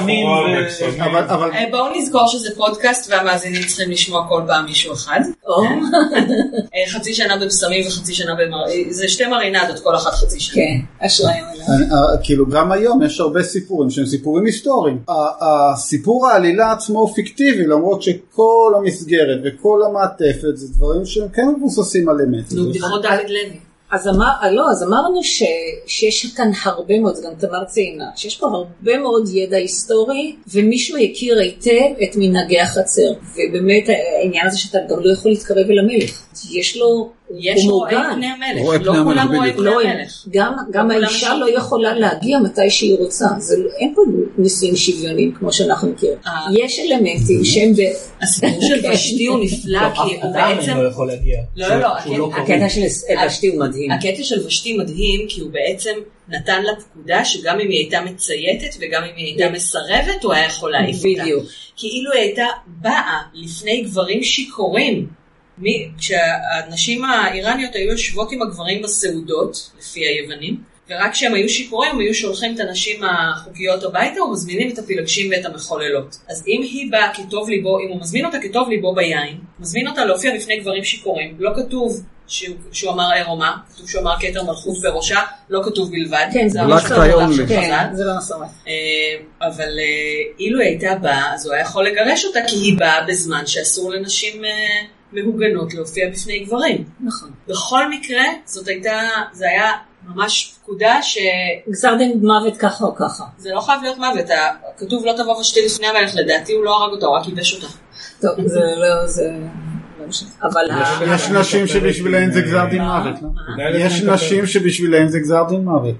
בואו נזכור שזה פודקאסט והמאזינים צריכים לשמוע כל פעם מישהו אחד. חצי שנה בבשמים וחצי שנה במראים. זה שתי מרינדות כל אחת חצי שנה. כן, אשריים. כאילו גם היום יש הרבה סיפורים שהם סיפורים היסטוריים. הסיפור העלילה עצמו הוא פיקטיבי, למרות שכל המסגרת וכל המעטפת זה דברים שהם כן מבוססים על אמת. נו, בדיחות דוד לוי. אז, אמר, לא, אז אמרנו ש, שיש כאן הרבה מאוד, גם תמר ציינה, שיש פה הרבה מאוד ידע היסטורי, ומישהו יכיר היטב את מנהגי החצר. ובאמת העניין הזה שאתה גם לא יכול להתקרב אל המלך. יש לו... יש רואי פני המלך, לא כולם רואי פני המלך. גם האישה לא יכולה להגיע מתי שהיא רוצה, אין פה נישואים שוויוניים כמו שאנחנו מכירים. יש אלמנטים שהם... הסיפור של ושתי הוא נפלא, כי הוא בעצם... לא יכול להגיע. לא, לא, הקטע של ושתי הוא מדהים. הקטע של ושתי מדהים, כי הוא בעצם נתן לה פקודה שגם אם היא הייתה מצייתת וגם אם היא הייתה מסרבת, הוא היה יכול להעיף אותה. כאילו היא הייתה באה לפני גברים שיכורים, כשהנשים האיראניות היו יושבות עם הגברים בסעודות, לפי היוונים, ורק כשהם היו שיכורים, הם היו שולחים את הנשים החוקיות הביתה, ומזמינים את הפילגשים ואת המחוללות. אז אם היא באה כטוב ליבו, אם הוא מזמין אותה כטוב ליבו ביין, מזמין אותה להופיע בפני גברים שיכורים, לא כתוב שהוא, שהוא אמר עירומה, כתוב שהוא אמר כתר מלכות בראשה, לא כתוב בלבד. כן, זה לא מסורת. כן, זה לא מסורת. אבל אילו היא הייתה באה, אז הוא היה יכול לגרש אותה, כי היא באה בזמן שאסור לנשים מהוגנות להופיע בפני גברים. נכון. בכל מקרה, זאת הייתה, זה היה ממש פקודה ש... גזר דין מוות ככה או ככה. זה לא חייב להיות מוות, כתוב לא תבוא ושתי לפני המלך, לדעתי הוא לא הרג אותה, הוא רק ייבש אותה. טוב, זה לא, זה... אבל יש נשים שבשבילהן זה גזר דין מוות, לא? יש נשים שבשבילהן זה גזר דין מוות.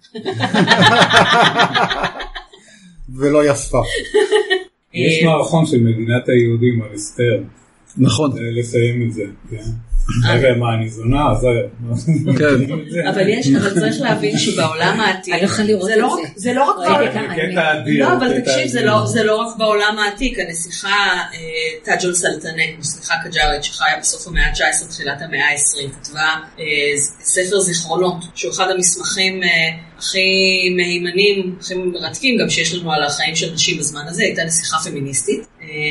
ולא יספה. יש מערכון של מדינת היהודים על אסתר. נכון. לסיים את זה, כן. רגע, מה, אני זונה? אבל יש, אבל צריך להבין שבעולם העתיק, זה לא רק בעולם, לא, אבל תקשיב, זה לא רק בעולם העתיק, הנסיכה תאג'ול סלטנה, נסיכה קג'ארית שחיה בסוף המאה ה-תשע עשרה, תחילת המאה ה-עשרים, כתבה ספר זיכרונות, שהוא אחד המסמכים הכי מהימנים, הכי מרתקים, גם שיש לנו על החיים של נשים בזמן הזה, הייתה נסיכה פמיניסטית,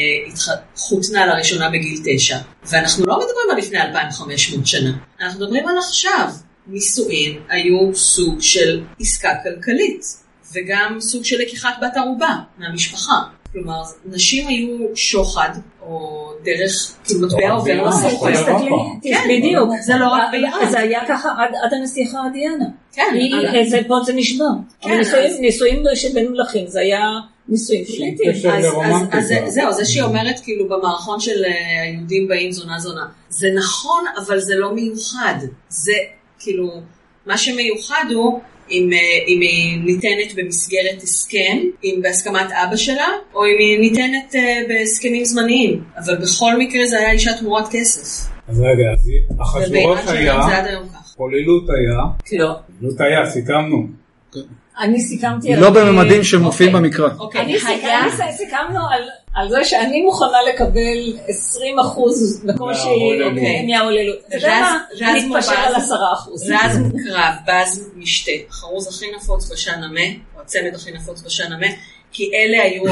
חותנה לראשונה בגיל תשע, ואנחנו לא מדברים על לפני אלפיים וחמש מאות שנה, אנחנו מדברים על עכשיו. נישואין היו סוג של עסקה כלכלית, וגם סוג של לקיחת בת ערובה מהמשפחה. כלומר, נשים היו שוחד, או דרך, כאילו מטבע עובר לסוחר. כן, בדיוק. זה לא רק ביחד. זה היה ככה עד הנסיכה דיאנה. כן. פה זה נשמע. נישואין שבין מלכים, זה היה... נישואים פוליטיים. אז זהו, זה שהיא אומרת כאילו במערכון של היהודים באים זונה זונה. זה נכון, אבל זה לא מיוחד. זה כאילו, מה שמיוחד הוא אם היא ניתנת במסגרת הסכם, אם בהסכמת אבא שלה, או אם היא ניתנת בהסכמים זמניים. אבל בכל מקרה זה היה אישה תמורת כסף. אז רגע, אז אחשוורוש היה, חוללות היה, לא. חוללות היה, סיכמנו. אני סיכמתי... לא בממדים שמופיעים במקרה. אני סיכמנו על זה שאני מוכנה לקבל עשרים אחוז בכל שהיא מהעוללות. זה מה? להתפשר על עשרה אחוז. זז קרב, בז משתה. החרוז הכי נפוץ בשן המה, או הצמד הכי נפוץ בשן המה, כי אלה היו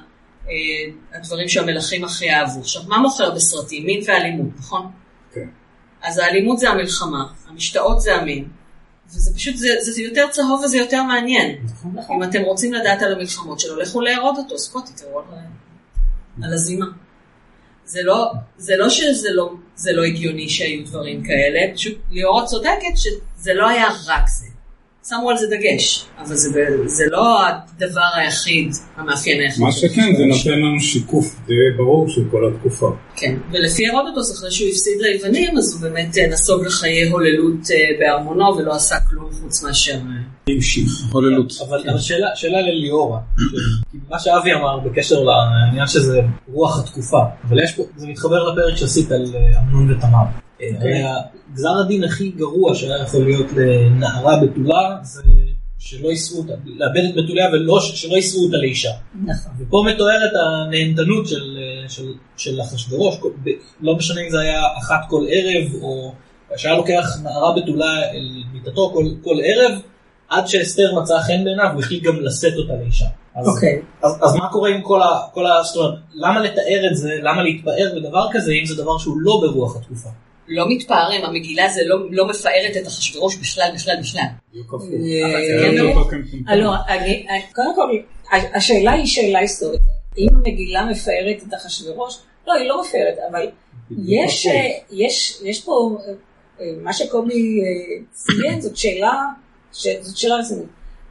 הדברים שהמלכים הכי אהבו. עכשיו, מה מוכר בסרטים? מין ואלימות, נכון? כן. אז האלימות זה המלחמה, המשתאות זה המין. וזה פשוט, זה, זה יותר צהוב וזה יותר מעניין. אם אתם רוצים לדעת על המלחמות שלו, לכו להרוד אותו, סקוטי, תראו על הזימה. זה לא, זה לא שזה לא, זה לא הגיוני שהיו דברים כאלה, פשוט ליאורה צודקת שזה לא היה רק זה. שמו על זה דגש, אבל זה, זה לא הדבר היחיד, המאפיין היחיד. מה שכן, זה נותן לנו שיקוף די ברור של כל התקופה. כן, ולפי הרודוטוס, אחרי שהוא הפסיד ליוונים, אז הוא באמת נסוג לחיי הוללות בארמונו, ולא עשה כלום חוץ מאשר המשיך. הוללות. אבל שאלה לליאורה, מה שאבי אמר בקשר לעניין שזה רוח התקופה, אבל זה מתחבר לפרק שעשית על אמנון ותמר. גזר הדין הכי גרוע שהיה יכול להיות לנערה בתולה, זה שלא יישאו אותה, לאבד את בתוליה ושלא יישאו אותה לאישה. נכון. ופה מתוארת הנהנתנות של, של, של אחשוורוש, לא משנה אם זה היה אחת כל ערב, או שהיה לוקח נערה בתולה אל מיטתו כל, כל ערב, עד שאסתר מצאה חן בעיניו, הוא החליט גם לשאת אותה לאישה. אז, אוקיי. אז, אז מה קורה עם כל ה... כל ה... זאת אומרת, למה לתאר את זה, למה להתפאר בדבר כזה, אם זה דבר שהוא לא ברוח התקופה? לא מתפארים, המגילה זה לא, לא מפארת את אחשוורוש בכלל, בכלל, בכלל. קודם כל, השאלה היא שאלה היסטורית. אם המגילה מפארת את אחשוורוש, לא, היא לא מפארת, אבל יש פה, מה שקובי ציין, זאת שאלה, זאת שאלה רצינית.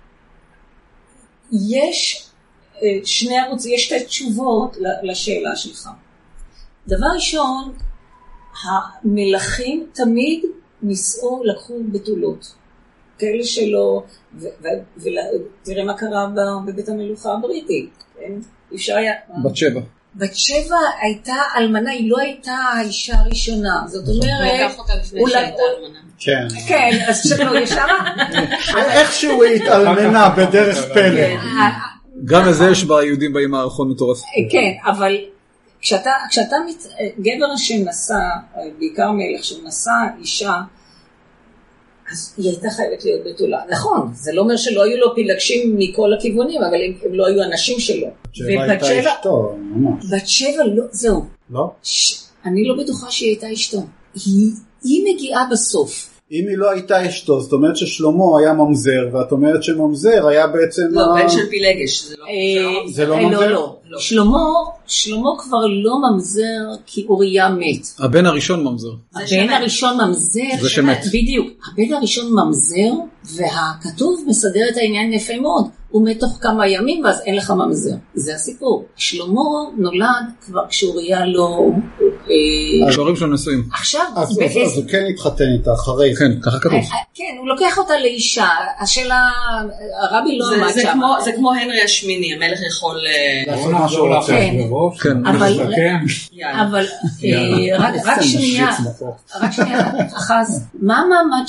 יש שני ערוצים, יש שתי תשובות לשאלה שלך. דבר ראשון, המלכים תמיד ניסו, לקחו בתולות. כאלה שלא, ותראה מה קרה בבית המלוכה הבריטי. אפשר היה... בת שבע. בת שבע הייתה אלמנה, היא לא הייתה האישה הראשונה. זאת אומרת... הוא לקח אותה לפני שהייתה אלמנה. כן. כן, אז שלא, ישרה... איכשהו היא התאלמנה בדרך פלא. גם לזה יש ביהודים באים מערכון מטורף. כן, אבל... כשאתה, כשאתה מת, גבר שנשא, בעיקר מלך שנשא אישה, אז היא הייתה חייבת להיות בתולה. נכון, זה לא אומר שלא היו לו פילגשים מכל הכיוונים, אבל הם, הם לא היו אנשים שלו. בת שבע הייתה אשתו, ממש. בת שבע, לא, זהו. לא? ש, אני לא בטוחה שהיא הייתה אשתו. היא, היא מגיעה בסוף. אם היא לא הייתה אשתו, זאת אומרת ששלמה היה ממזר, ואת אומרת שממזר היה בעצם... לא, בן של פילגש, זה לא... זה לא ממזר? לא, לא. שלמה, שלמה כבר לא ממזר כי אוריה מת. הבן הראשון ממזר. הבן הראשון ממזר. זה שמת. בדיוק. הבן הראשון ממזר, והכתוב מסדר את העניין יפה מאוד. הוא מת תוך כמה ימים, ואז אין לך ממזר. זה הסיפור. שלמה נולד כבר כשאוריה לא... השעורים שלו נשואים. עכשיו... אז הוא כן התחתן איתה אחרי. כן, ככה כתוב. כן, הוא לוקח אותה לאישה. השאלה, הרבי לא עמד שם. זה כמו הנרי השמיני, המלך יכול... לעשות מה שהוא רוצה. כן. אבל רק שנייה, רק שנייה, אחז, מה המעמד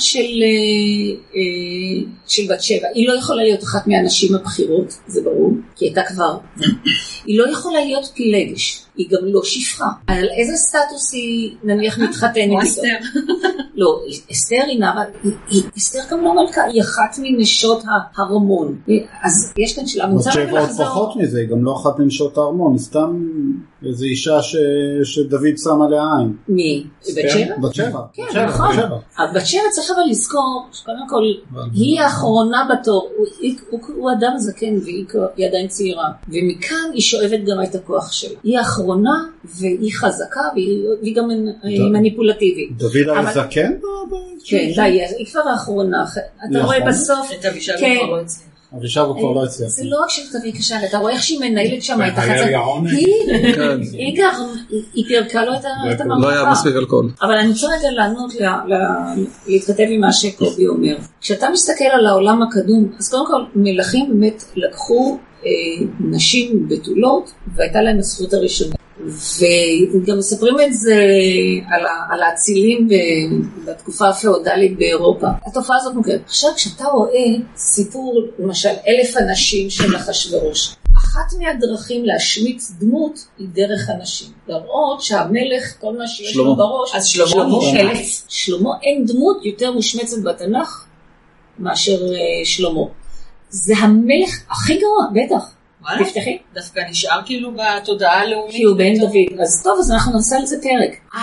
של בת שבע? היא לא יכולה להיות אחת מהנשים הבחירות, זה ברור, כי הייתה כבר. היא לא יכולה להיות פילגש, היא גם לא שפחה. על איזה סטטוס היא נניח מתחתנת? או אסתר. לא, אסתר היא נערה, אסתר גם לא מלכה, היא אחת מנשות הארמון. אז יש כאן שאלה, בת שבע עוד פחות מזה, היא גם לא אחת מנשות הארמון, היא סתם איזו אישה שדוד שם עליה עין. מי? בת שבע? בת שבע. כן, נכון. בת שבע צריך אבל לזכור, קודם כל, היא האחרונה בתור, הוא אדם זקן והיא עדיין צעירה, ומכאן היא שואבת גם את הכוח שלה. היא האחרונה והיא חזקה והיא גם מניפולטיבית. דוד היה זקן? כן, היא כבר האחרונה. אתה רואה בסוף... את אבישב הוא כבר לא הצליח. אבישב הוא כבר לא הצליח. זה לא רק שתביא קשה, אתה רואה איך שהיא מנהלת שם את החצה. היא גם, היא פירקה לו את הממלכה. לא היה מספיק אלכוהול. אבל אני רוצה רגע לענות, להתכתב עם מה שקובי אומר. כשאתה מסתכל על העולם הקדום, אז קודם כל מלכים באמת לקחו נשים בתולות, והייתה להם הזכות הראשונה. וגם מספרים את זה על, על האצילים בתקופה הפאודלית באירופה. התופעה הזאת מוכרת. עכשיו כשאתה רואה סיפור, למשל אלף אנשים של אחשוורוש, אחת מהדרכים להשמיץ דמות היא דרך אנשים. להראות שהמלך, כל מה שיש לו בראש, אז שלמה, שלמה, אלף. שלמה אין דמות יותר מושמצת בתנ"ך מאשר שלמה. זה המלך הכי גרוע, בטח. תפתחי. דווקא נשאר כאילו בתודעה הלאומית. כי הוא בן דוד. אז טוב, אז אנחנו נעשה על זה פרק.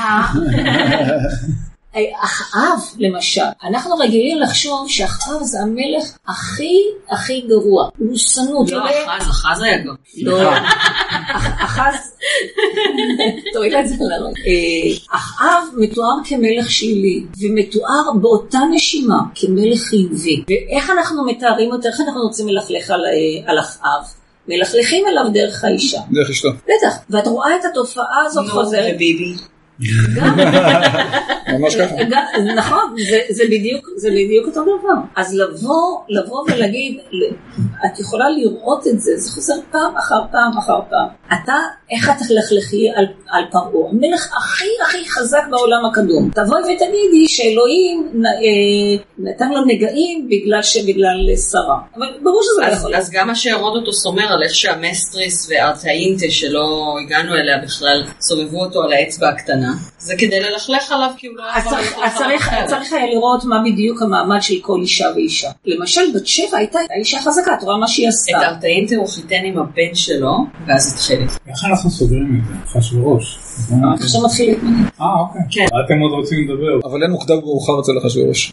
אחאב, למשל, אנחנו רגילים לחשוב שאחאב זה המלך הכי הכי גרוע. הוא שנוא. לא, אחז, אחז היה גם. לא, אחז, תוריד את זה לראות. אחאב מתואר כמלך שלילי, ומתואר באותה נשימה כמלך חיובי. ואיך אנחנו מתארים אותו, איך אנחנו רוצים ללכלך על אחאב? מלכלכים אליו דרך האישה. דרך אשתו. בטח, ואת רואה את התופעה הזאת נו, חוזרת. וביבי. ממש ככה. נכון, זה בדיוק, זה בדיוק אותו דבר. אז לבוא, לבוא ולהגיד, את יכולה לראות את זה, זה חוזר פעם אחר פעם אחר פעם. אתה, איך אתה תלכלכי על, על פרעה? המלך הכי הכי חזק בעולם הקדום. תבואי ותגידי שאלוהים נתן לו נגעים בגלל שבגלל שרה. אבל ברור שזה לא יכול. אז גם מה שהרודוטוס אומר על איך שהמסטריס והארטאינטה שלא הגענו אליה בכלל, סובבו אותו על האצבע הקטנה, זה כדי ללכלך עליו כי הוא לא יכול ללכלך עליו אחרת. צריך היה לראות מה בדיוק המעמד של כל אישה ואישה. למשל, בת שבע הייתה אישה חזקה, אתה רואה מה שהיא עשתה. את הארטאינטה הוא חיתן עם הבן שלו, ואז התחיל. איך אנחנו סוגרים את זה? אחשוורוש. עכשיו מתחיל להתמנה. אה, אוקיי. אתם עוד רוצים לדבר. אבל אין מוקדם ומאוחר אצל אחשוורוש.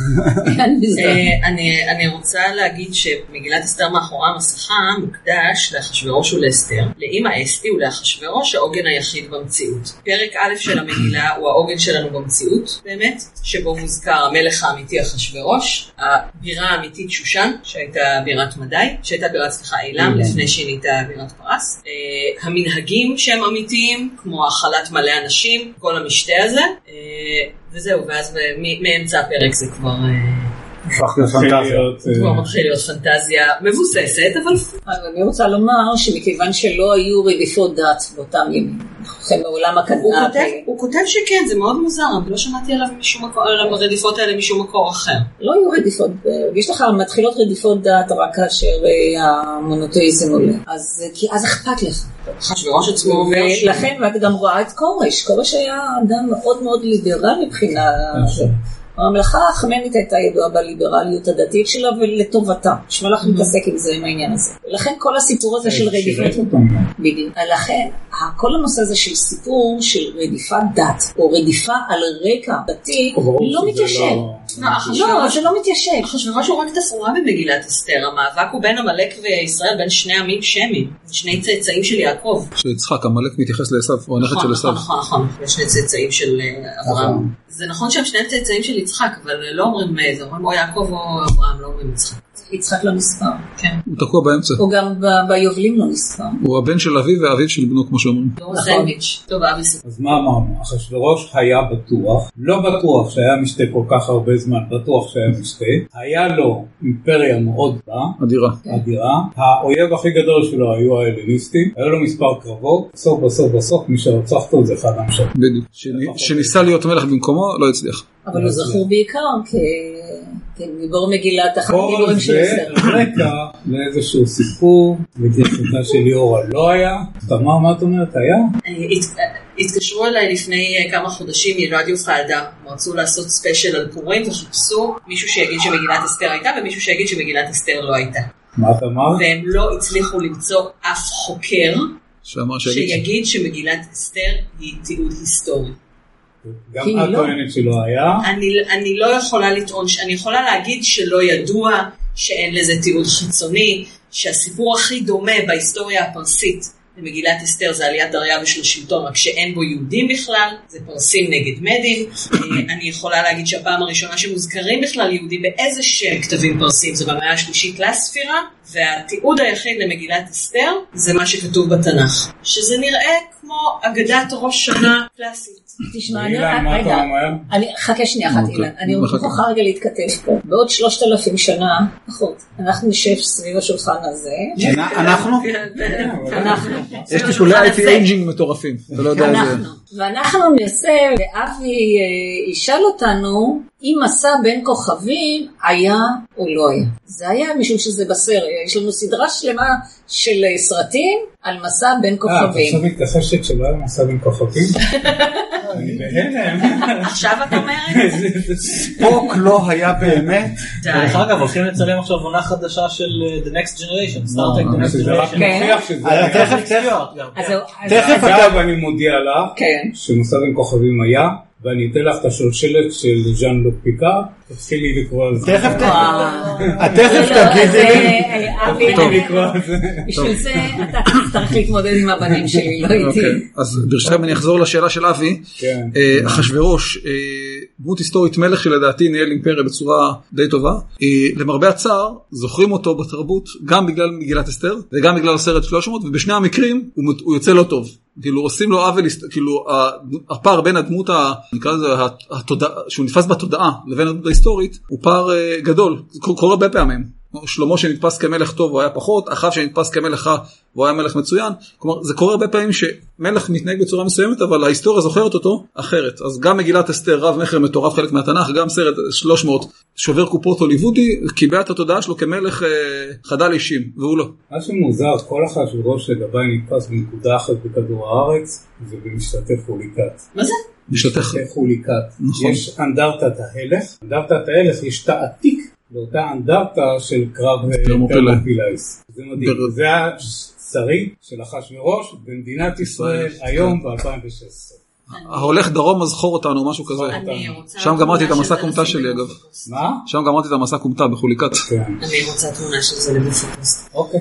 אני רוצה להגיד שמגילת אסתר מאחורי המסכה מוקדש לאחשוורוש ולאסתר, לאמא אסתי ולאחשוורוש העוגן היחיד במציאות. פרק א' של המגילה הוא העוגן שלנו במציאות, באמת, שבו מוזכר המלך האמיתי אחשוורוש, הבירה האמיתית שושן, שהייתה בירת מדי, שהייתה בירת סליחה אילם, לפני שהיא נהייתה בירת פרס. המנהגים שהם אמיתיים, כמו החלת מלא אנשים, כל המשתה הזה, וזהו, ואז מאמצע הפרק זה כבר... כבר מתחיל להיות פנטזיה מבוססת, אבל... אני רוצה לומר שמכיוון שלא היו רדיפות דת באותם ימים, בעולם הקדמה... הוא כותב שכן, זה מאוד מוזר, אבל לא שמעתי עליו הרדיפות האלה משום מקור אחר. לא היו רדיפות, יש לך מתחילות רדיפות דת רק כאשר המונותאיזם עולה, כי אז אכפת לך. אחשוורוש עצמו... ולכן, ואת גם רואה את קורש, קורש היה אדם מאוד מאוד ליברל מבחינה... המלאכה החמנית הייתה ידועה בליברליות הדתית שלה ולטובתה. שמה לך מתעסק עם זה, עם העניין הזה. ולכן כל הסיפור הזה של רדיפות... בדיוק. לכן, כל הנושא הזה של סיפור של רדיפת דת, או רדיפה על רקע דתי, לא מתיישב. לא, זה לא מתיישב. אחשוורוש הוא רק תסורה במגילת אסתר. המאבק הוא בין עמלק וישראל, בין שני עמים שמיים. שני צאצאים של יעקב. שיצחק, עמלק מתייחס לעשו, או הנכד של עשו. נכון, נכון, נכון. שני צאצאים של אברהם. זה נכון שהם שני צאצאים של יצחק, אבל לא אומרים זה, אומרים או יעקב או אברהם, לא אומרים יצחק. יצחק לא נספר. כן. הוא תקוע באמצע. הוא גם ביובלים לא נספר. הוא הבן של אביו ואביו של בנו, כמו שאומרים. טוב, אבי סיפור. אז מה אמרנו? אחשוורוש היה בטוח, לא בטוח שהיה משתה כל כך הרבה זמן, בטוח שהיה משתה. היה לו אימפריה מאוד בה. אדירה. אדירה. האויב הכי גדול שלו היו ההלניסטים. היה לו מספר קרבות. בסוף, בסוף, בסוף, מי שרצח אותו זה אחד המשל. בדיוק. שניסה להיות מלך במקומו, לא הצליח. אבל הוא זכור בעיקר כגיבור מגילת אחת הגיבורים של אסתר. כל זה רקע לאיזשהו סיפור, וגרסתה של ליאורה לא היה. תמר, מה את אומרת? היה? התקשרו אליי לפני כמה חודשים מרדיו פלדה, רצו לעשות ספיישל על פורים וחיפשו מישהו שיגיד שמגילת אסתר הייתה ומישהו שיגיד שמגילת אסתר לא הייתה. מה את אמרת? והם לא הצליחו למצוא אף חוקר שיגיד שמגילת אסתר היא תיעוד היסטורי. גם את טוענת שלא היה? אני לא יכולה לטעון, אני יכולה להגיד שלא ידוע, שאין לזה תיעוד חיצוני, שהסיפור הכי דומה בהיסטוריה הפרסית למגילת אסתר זה עליית דריווש לשלטון, רק שאין בו יהודים בכלל, זה פרסים נגד מדים. אני יכולה להגיד שהפעם הראשונה שמוזכרים בכלל יהודים באיזה שהם כתבים פרסים, זה במאה השלישית לספירה, והתיעוד היחיד למגילת אסתר זה מה שכתוב בתנ"ך, שזה נראה כמו אגדת ראש שנה קלאסית. תשמע, אני חכה שנייה אחת אילן, אני מוכרחה רגע להתכתב פה. בעוד שלושת אלפים שנה, פחות, אנחנו נשב סביב השולחן הזה. אנחנו? אנחנו. יש טיפולי אייטי איינג'ינג מטורפים, אתה לא יודע איזה. ואנחנו נעשה, ואבי ישאל אותנו, אם מסע בין כוכבים היה או לא היה. זה היה משום שזה בסרט. יש לנו סדרה שלמה של סרטים על מסע בין כוכבים. אה, אתה עכשיו מתכחשת שלא היה מסע בין כוכבים? אני בהלם. עכשיו את אומרת? ספוק לא היה באמת. דרך אגב, הולכים לצלם עכשיו עונה חדשה של The Next Generation, Star Trek The Next Generation. תכף, תכף. תכף אגב אני מודיע לה שמסע בין כוכבים היה, ואני אתן לך את השלשלת של ז'אן לוק פיקארד, תתחילי לקרוא על זה. תכף תגידי לי. בשביל זה אתה תצטרך להתמודד עם הבנים שלי, לא איתי. אז ברשותכם אני אחזור לשאלה של אבי. אחשוורוש, דמות היסטורית מלך שלדעתי ניהל אימפריה בצורה די טובה. למרבה הצער, זוכרים אותו בתרבות גם בגלל מגילת אסתר וגם בגלל הסרט שלוש מאות, ובשני המקרים הוא יוצא לא טוב. כאילו עושים לו עוול, כאילו הפער בין הדמות, נקרא לזה, שהוא נתפס בתודעה לבין הדמות ההיסטורית, הוא פער גדול. זה קורה הרבה פעמים. שלמה שנתפס כמלך טוב הוא היה פחות, אחאב שנתפס כמלך רע הוא היה מלך מצוין. כלומר, זה קורה הרבה פעמים שמלך מתנהג בצורה מסוימת, אבל ההיסטוריה זוכרת אותו אחרת. אז גם מגילת אסתר, רב מכר מטורף חלק מהתנ"ך, גם סרט שלוש מאות, שובר קופות הוליוודי, קיבע את התודעה שלו כמלך אה, חדל אישים, והוא לא. מה שמוזר, כל אחשוורוש לגבי נתפס בנקודה אחת בכדור הארץ, זה במשתתף חוליקת. מה זה? משתתף חוליקת. נכון. יש אנדרטת ההלך, אנדרטת ההלך יש תעתיק, באותה אנדרטה של קרב תרמופילאיס. זה מדהים. זה השריד של אחשוורוש במדינת ישראל היום ב-אלפיים ושש עשרה. ההולך דרום מזכור אותנו, משהו כזה. שם גמרתי את המסע קומתה שלי אגב. מה? שם גמרתי את המסע קומתה בחוליקת. אני רוצה תמונה של זה לבפופוסט. אוקיי.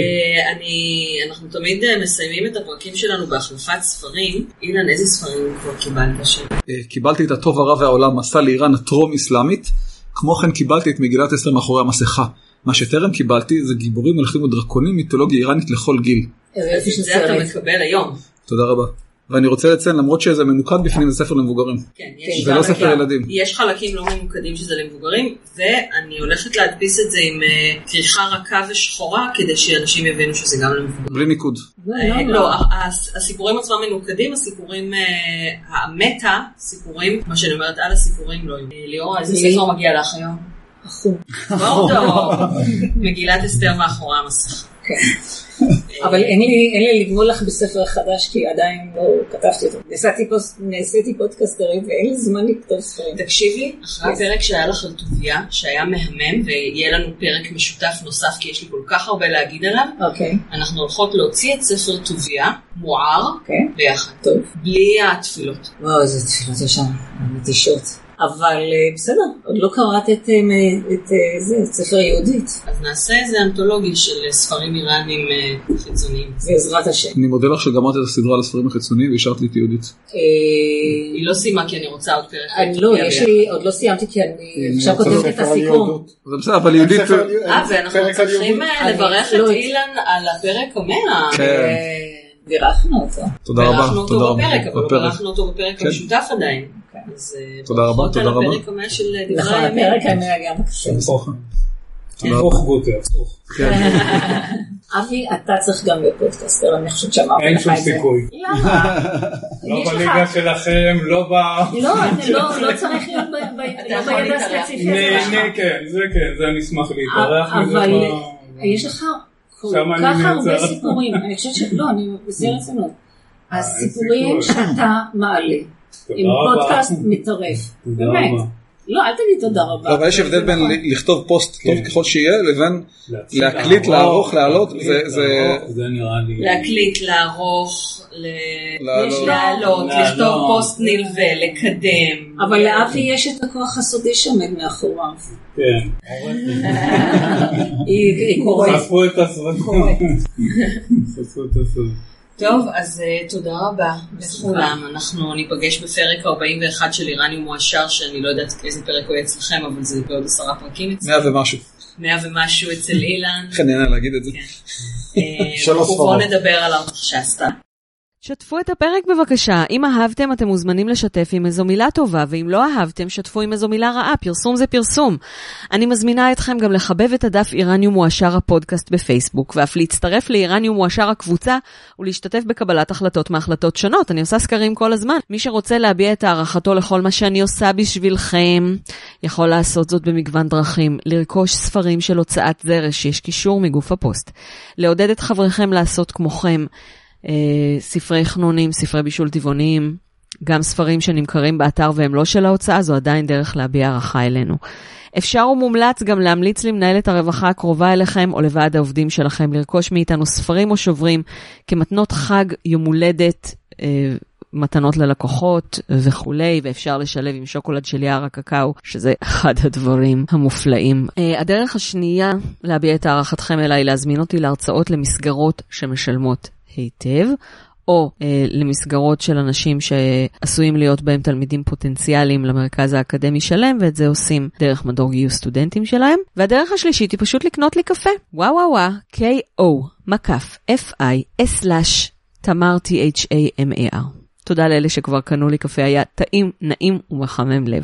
אנחנו תמיד מסיימים את הפרקים שלנו בהחלפת ספרים. אילן, איזה ספרים כבר קיבלת שם? קיבלתי את הטוב הרע והעולם, מסע לאיראן הטרום אסלאמית. כמו כן קיבלתי את מגילת אסתר מאחורי המסכה. מה שטרם קיבלתי זה גיבורים מלכים ודרקונים, מיתולוגיה איראנית לכל גיל. זה אתה מקבל היום. תודה רבה. ואני רוצה לציין, למרות שזה ממוקד בפנים, זה ספר למבוגרים. כן, זה לא ספר ילדים. יש חלקים לא ממוקדים שזה למבוגרים, ואני הולכת להדפיס את זה עם כריכה רכה ושחורה, כדי שאנשים יבינו שזה גם למבוגרים. בלי ניקוד. לא, הסיפורים עצמם מנוקדים, הסיפורים, המטה, סיפורים, מה שאני אומרת על הסיפורים לא יהיו. ליאור, איזה ספר מגיע לך היום? החום. מגילת אסתר מאחורי המסך. כן. אבל אין לי לגמול לך בספר חדש, כי עדיין לא כתבתי אותו. נעשיתי פודקאסטרית ואין לי זמן לכתוב ספרים. תקשיבי, אחרי הפרק שהיה לך על טוביה, שהיה מהמם, ויהיה לנו פרק משותף נוסף, כי יש לי כל כך הרבה להגיד עליו, אנחנו הולכות להוציא את ספר טוביה, מואר, ביחד. בלי התפילות. וואו, איזה תפילות יש שם, מתישות. אבל בסדר, עוד לא קראת את, את, זה, את ספר יהודית. אז נעשה איזה אנתולוגיה של ספרים איראנים חיצוניים. בעזרת השם. אני מודה לך שגמרת את הסדרה על הספרים החיצוניים והשארת לי את יהודית. היא לא סיימה כי אני רוצה עוד פרק. לא, יש לי, עוד לא סיימתי כי אני עכשיו כותבת את הסיכום. זה בסדר, אבל יהודית... אה, ואנחנו צריכים לברך את אילן על הפרק המאה. כן. בירכנו אותו. תודה רבה. בירכנו אותו בפרק, אבל לא בירכנו אותו בפרק המשותף עדיין. אז תודה רבה, תודה רבה. הפרק המאה של דברי נכון, הפרק המאה גם קשה. הפוך גוטר, הפוך. אבי, אתה צריך גם בפודקאסטר, אני חושבת שאמרתי אין לך שום את זה. סיכוי. למה? לא בליגה שלכם, לא ב... לא, לא צריך להיות בידע הספציפי. כן, זה כן, זה אני אשמח להתארח. אבל יש לך כל כך הרבה סיפורים. אני חושבת שלא, אני זה רצינות. הסיפורים שאתה מעלה. עם פודקאסט מטרף. באמת. לא, אל תגיד תודה רבה. אבל יש הבדל בין לכתוב פוסט טוב ככל שיהיה, לבין להקליט, לערוך, לעלות. זה נראה לי... להקליט, לערוך, לעלות, לכתוב פוסט נלווה, לקדם. אבל לאבי יש את הכוח הסודי שעומד מאחוריו. כן. היא קוראת. חשפו את הסרטים. חשפו את הסרטים. טוב, אז תודה רבה לכולם. אנחנו ניפגש בפרק ארבעים ואחת של איראני מואשר, שאני לא יודעת איזה פרק הוא אצלכם, אבל זה בעוד עשרה פרקים אצלנו. מאה ומשהו. מאה ומשהו אצל אילן. איך אני נהנה להגיד את זה. ובואו נדבר על ארתחשסתא. שתפו את הפרק בבקשה. אם אהבתם, אתם מוזמנים לשתף עם איזו מילה טובה, ואם לא אהבתם, שתפו עם איזו מילה רעה. פרסום זה פרסום. אני מזמינה אתכם גם לחבב את הדף איראניום מואשר הפודקאסט בפייסבוק, ואף להצטרף לאיראניום מואשר הקבוצה, ולהשתתף בקבלת החלטות מהחלטות שונות. אני עושה סקרים כל הזמן. מי שרוצה להביע את הערכתו לכל מה שאני עושה בשבילכם, יכול לעשות זאת במגוון דרכים. לרכוש ספרים של הוצאת זרש, יש קישור מגוף הפוסט. לעודד את חבריכם לעשות כמוכם. ספרי חנונים, ספרי בישול טבעוניים, גם ספרים שנמכרים באתר והם לא של ההוצאה, זו עדיין דרך להביע הערכה אלינו. אפשר ומומלץ גם להמליץ למנהלת הרווחה הקרובה אליכם או לוועד העובדים שלכם לרכוש מאיתנו ספרים או שוברים כמתנות חג, יום הולדת מתנות ללקוחות וכולי, ואפשר לשלב עם שוקולד של יער הקקאו, שזה אחד הדברים המופלאים. הדרך השנייה להביע את הערכתכם אליי, להזמין אותי להרצאות למסגרות שמשלמות היטב, או אה, למסגרות של אנשים שעשויים להיות בהם תלמידים פוטנציאליים למרכז האקדמי שלהם, ואת זה עושים דרך מדור גיוס סטודנטים שלהם. והדרך השלישית היא פשוט לקנות לי קפה. וואו וואו וואו, K-O, מקף, F-I, S-Lash, תמר, T-H-A-M-A-R. תודה לאלה שכבר קנו לי קפה, היה טעים, נעים ומחמם לב.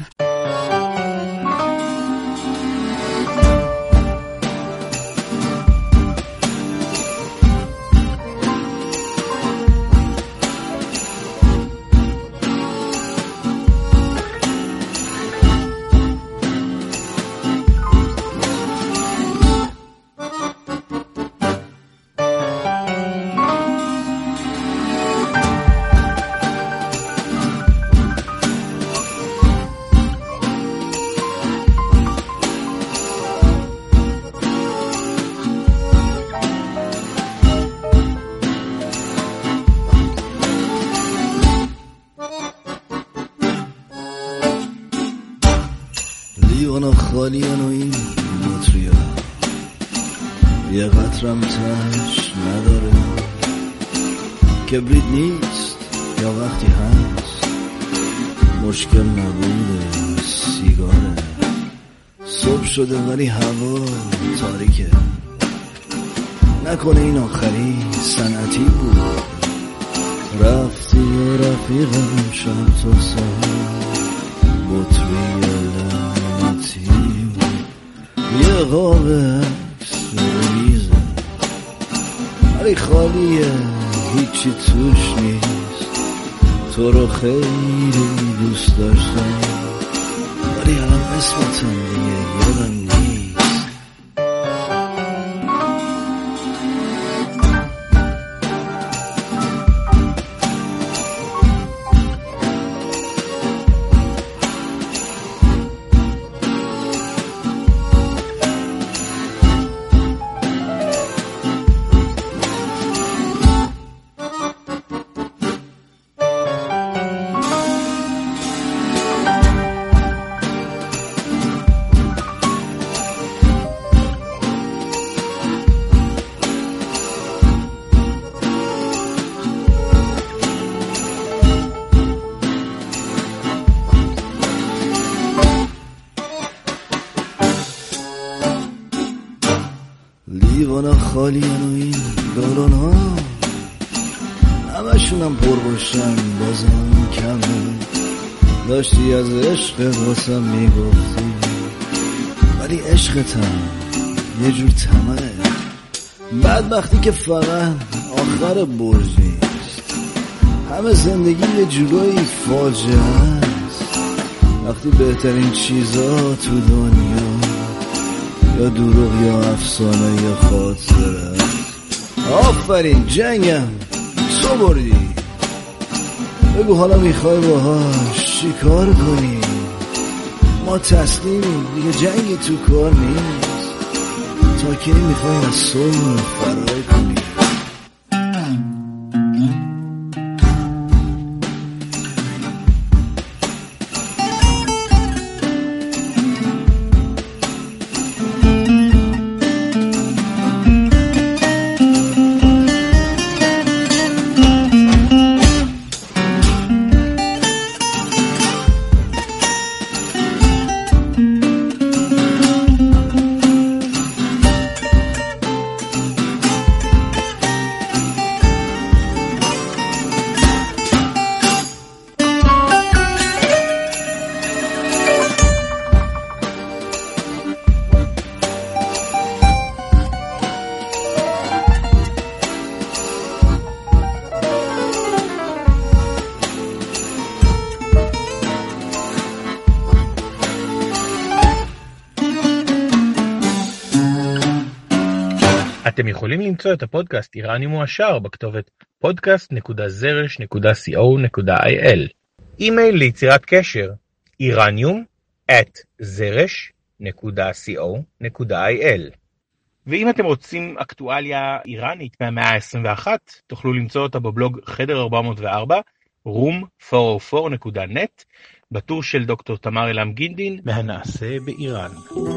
خالی این بطریا یه قطرم تش نداره کبریت نیست یا وقتی هست مشکل نبوده سیگاره صبح شده ولی هوا تاریکه نکنه این آخری صنعتی بود رفتی و رفیقم شب تا سهر بطری یه قاب عکس ریزه ولی خالیه هیچی توش نیست تو رو خیلی دوست داشتم ولی الان اسمتم دیگه یادم نیست خالی و این گالون ها همشونم پر باشن بازم کمه داشتی از عشق واسم میگفتی ولی عشقتم یه جور طمعه بدبختی که فقط آخر برج نیست همه زندگی یه جورایی فاجعه است وقتی بهترین چیزا تو دنیا یا دروغ یا افسانه یا خاطره آفرین جنگم تو بردی بگو حالا میخوای باهاش چی کار کنی ما تسلیمیم دیگه جنگی تو کار نیست تا کی میخوای از صلح فرار کنی אתם יכולים למצוא את הפודקאסט איראני מועשר בכתובת פודקאסט נקודה זרש נקודה סי או נקודה איי אל. אימייל ליצירת קשר איראניום את זרש נקודה סי או נקודה איי אל. ואם אתם רוצים אקטואליה איראנית מהמאה ה-עשרים ואחת, תוכלו למצוא אותה בבלוג חדר ארבע מאות וארבע, רום ארבע מאות וארבע נקודה נט, בטור של דוקטור תמר אילם גינדין מהנעשה באיראן.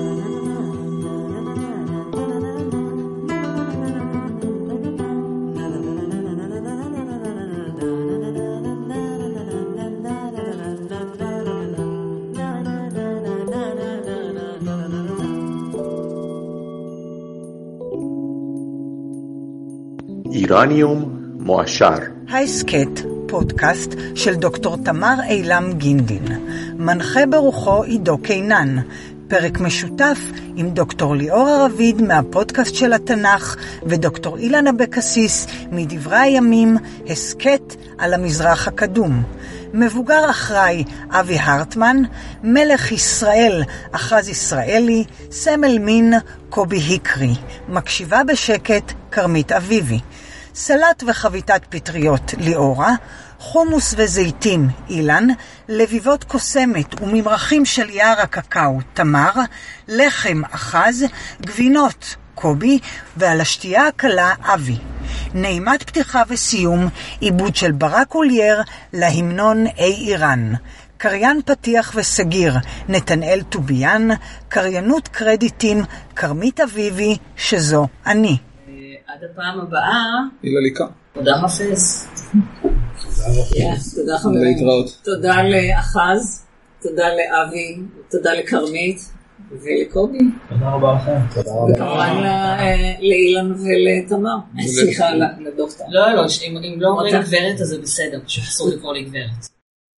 איראניום מועשר. ההסכת, פודקאסט של דוקטור תמר אילם גינדין, מנחה ברוחו עידו קינן, פרק משותף עם דוקטור ליאור הרביד מהפודקאסט של התנ"ך ודוקטור אילן אבקסיס מדברי הימים, הסכת על המזרח הקדום. מבוגר אחראי אבי הרטמן, מלך ישראל אחז ישראלי, סמל מין קובי היקרי, מקשיבה בשקט קרמית אביבי, סלט וחביתת פטריות ליאורה, חומוס וזיתים אילן, לביבות קוסמת וממרחים של יער הקקאו תמר, לחם אחז, גבינות קובי, ועל השתייה הקלה אבי. נעימת פתיחה וסיום, עיבוד של ברק אולייר להמנון אי איראן. קריין פתיח וסגיר נתנאל טוביאן, קריינות קרדיטים קרמית אביבי שזו אני. עד הפעם הבאה. אילליקה. תודה חפז. תודה חברים. להתראות. תודה לאחז, תודה לאבי, תודה לקרמית ולקובי. תודה רבה לכם. וכמובן לאילן ולתמר. סליחה, לדוקטור. לא, לא, אם לא אומרים גברת אז זה בסדר, שאסור לקרוא לי גברת.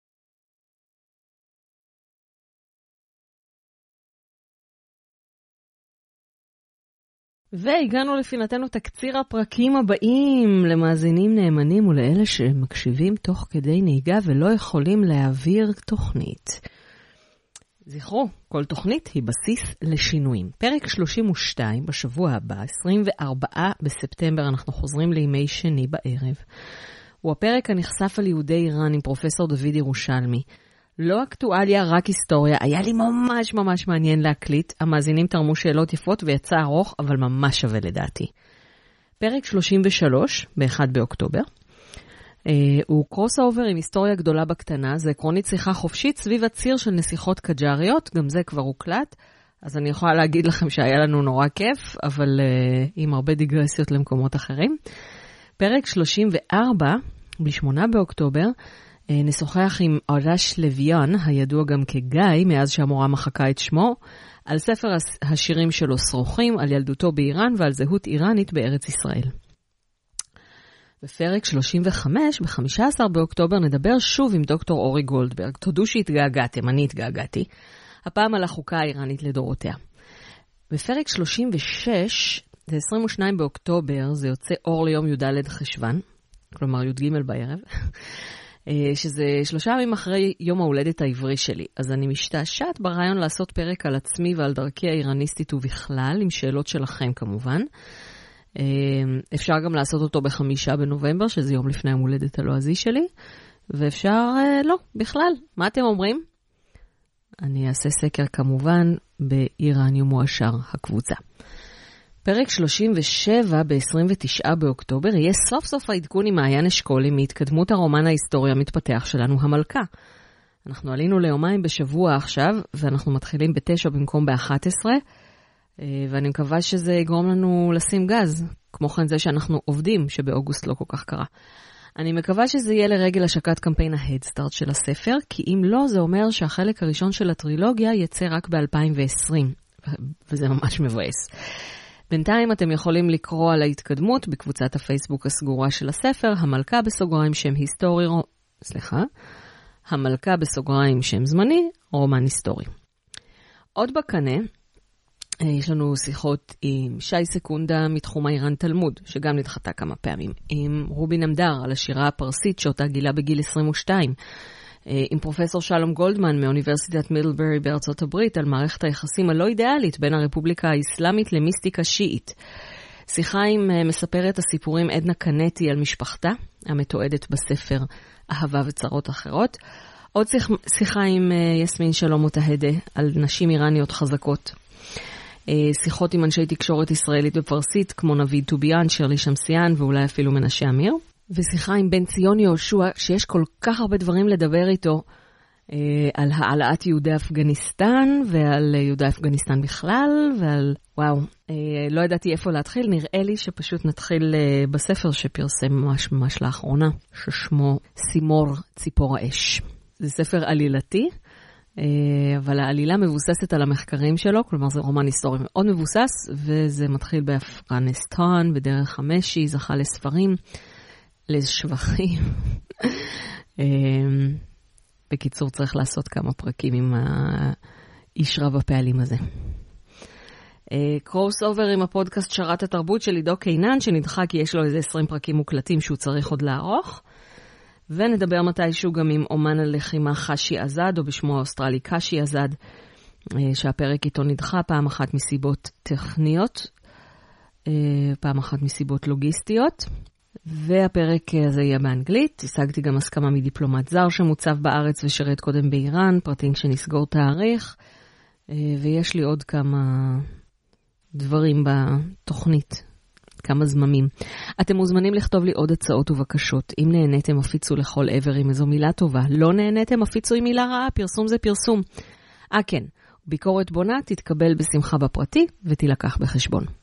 והגענו לפינתנו תקציר הפרקים הבאים למאזינים נאמנים ולאלה שמקשיבים תוך כדי נהיגה ולא יכולים להעביר תוכנית. זכרו, כל תוכנית היא בסיס לשינויים. פרק שלושים ושתיים בשבוע הבא, עשרים וארבעה בספטמבר, אנחנו חוזרים לימי שני בערב. הוא הפרק הנחשף על יהודי איראן עם פרופסור דוד ירושלמי. לא אקטואליה, רק היסטוריה. היה לי ממש ממש מעניין להקליט. המאזינים תרמו שאלות יפות ויצא ארוך, אבל ממש שווה לדעתי. פרק שלושים ושלוש, ב-אחד באוקטובר. אה, הוא קרוס אובר עם היסטוריה גדולה בקטנה. זה עקרונית שיחה חופשית סביב הציר של נסיכות קג'ריות. גם זה כבר הוקלט. אז אני יכולה להגיד לכם שהיה לנו נורא כיף, אבל אה, עם הרבה דיגרסיות למקומות אחרים. פרק שלושים וארבע, ב-שמונה באוקטובר, נשוחח עם ארש לויאן, הידוע גם כגיא, מאז שהמורה מחקה את שמו, על ספר השירים שלו שרוכים, על ילדותו באיראן ועל זהות איראנית בארץ ישראל. בפרק שלושים וחמש, ב-חמישה עשר באוקטובר, נדבר שוב עם דוקטור אורי גולדברג. תודו שהתגעגעתם, אני התגעגעתי. הפעם על החוקה האיראנית לדורותיה. בפרק שלושים ושש, זה עשרים ושניים באוקטובר, זה יוצא אור ליום י"ד חשוון, כלומר י"ג בערב. שזה שלושה ימים אחרי יום ההולדת העברי שלי. אז אני משתעשעת ברעיון לעשות פרק על עצמי ועל דרכי האיראניסטית ובכלל, עם שאלות שלכם כמובן. אפשר גם לעשות אותו בחמישה בנובמבר, שזה יום לפני יום הולדת הלועזי שלי, ואפשר לא, בכלל. מה אתם אומרים? אני אעשה סקר כמובן באיראניום מועשר, הקבוצה. פרק שלושים ושבע ב-עשרים ותשעה באוקטובר יהיה סוף סוף העדכון עם מעיין אשכולי מהתקדמות הרומן ההיסטורי המתפתח שלנו, המלכה. אנחנו עלינו ליומיים בשבוע עכשיו, ואנחנו מתחילים בתשע במקום ב-אחת עשרה, ואני מקווה שזה יגרום לנו לשים גז, כמו כן זה שאנחנו עובדים, שבאוגוסט לא כל כך קרה. אני מקווה שזה יהיה לרגל השקת קמפיין ההדסטארט של הספר, כי אם לא, זה אומר שהחלק הראשון של הטרילוגיה יצא רק ב-אלפיים ועשרים, וזה ממש מבאס. בינתיים אתם יכולים לקרוא על ההתקדמות בקבוצת הפייסבוק הסגורה של הספר, המלכה בסוגריים שם היסטורי, סליחה, המלכה בסוגריים שם זמני, רומן היסטורי. עוד בקנה, יש לנו שיחות עם שי סקונדה מתחום האיראן תלמוד, שגם נדחתה כמה פעמים, עם רובין עמדר על השירה הפרסית שאותה גילה בגיל עשרים ושתיים, עם פרופסור שלום גולדמן מאוניברסיטת מידלברי בארצות הברית על מערכת היחסים הלא אידיאלית בין הרפובליקה האסלאמית למיסטיקה שיעית. שיחה עם מספרת הסיפורים עדנה קנטי על משפחתה, המתועדת בספר אהבה וצרות אחרות. עוד שיחה עם יסמין שלום מוטהדה על נשים איראניות חזקות. שיחות עם אנשי תקשורת ישראלית בפרסית כמו נביד טוביאן, שרלי שמסיאן ואולי אפילו מנשה אמיר. ושיחה עם בן ציון יהושע, שיש כל כך הרבה דברים לדבר איתו, על העלאת יהודי אפגניסטן, ועל יהודי אפגניסטן בכלל, ועל, וואו, לא ידעתי איפה להתחיל, נראה לי שפשוט נתחיל בספר שפרסם ממש ממש לאחרונה, ששמו סימור ציפור האש. זה ספר עלילתי, אבל העלילה מבוססת על המחקרים שלו, כלומר זה רומן היסטורי מאוד מבוסס, וזה מתחיל באפגניסטן, בדרך המשי, זכה לספרים, לשבחים. בקיצור, צריך לעשות כמה פרקים עם האיש רב הפעלים הזה. קרוס אובר עם הפודקאסט שרת התרבות של עידו קינן, שנדחה כי יש לו איזה עשרים פרקים מוקלטים שהוא צריך עוד לערוך. ונדבר מתישהו גם עם אומן הלחימה חשי עזד, או בשמו האוסטרלי קשי עזד, שהפרק איתו נדחה פעם אחת מסיבות טכניות, פעם אחת מסיבות לוגיסטיות. והפרק הזה יהיה באנגלית. השגתי גם הסכמה מדיפלומט זר שמוצב בארץ ושרת קודם באיראן, פרטים שנסגור תאריך, ויש לי עוד כמה דברים בתוכנית, כמה זממים. אתם מוזמנים לכתוב לי עוד הצעות ובקשות. אם נהניתם, הפיצו לכל עבר עם איזו מילה טובה. לא נהניתם, הפיצו עם מילה רעה, פרסום זה פרסום. אה כן, ביקורת בונה תתקבל בשמחה בפרטי ותילקח בחשבון.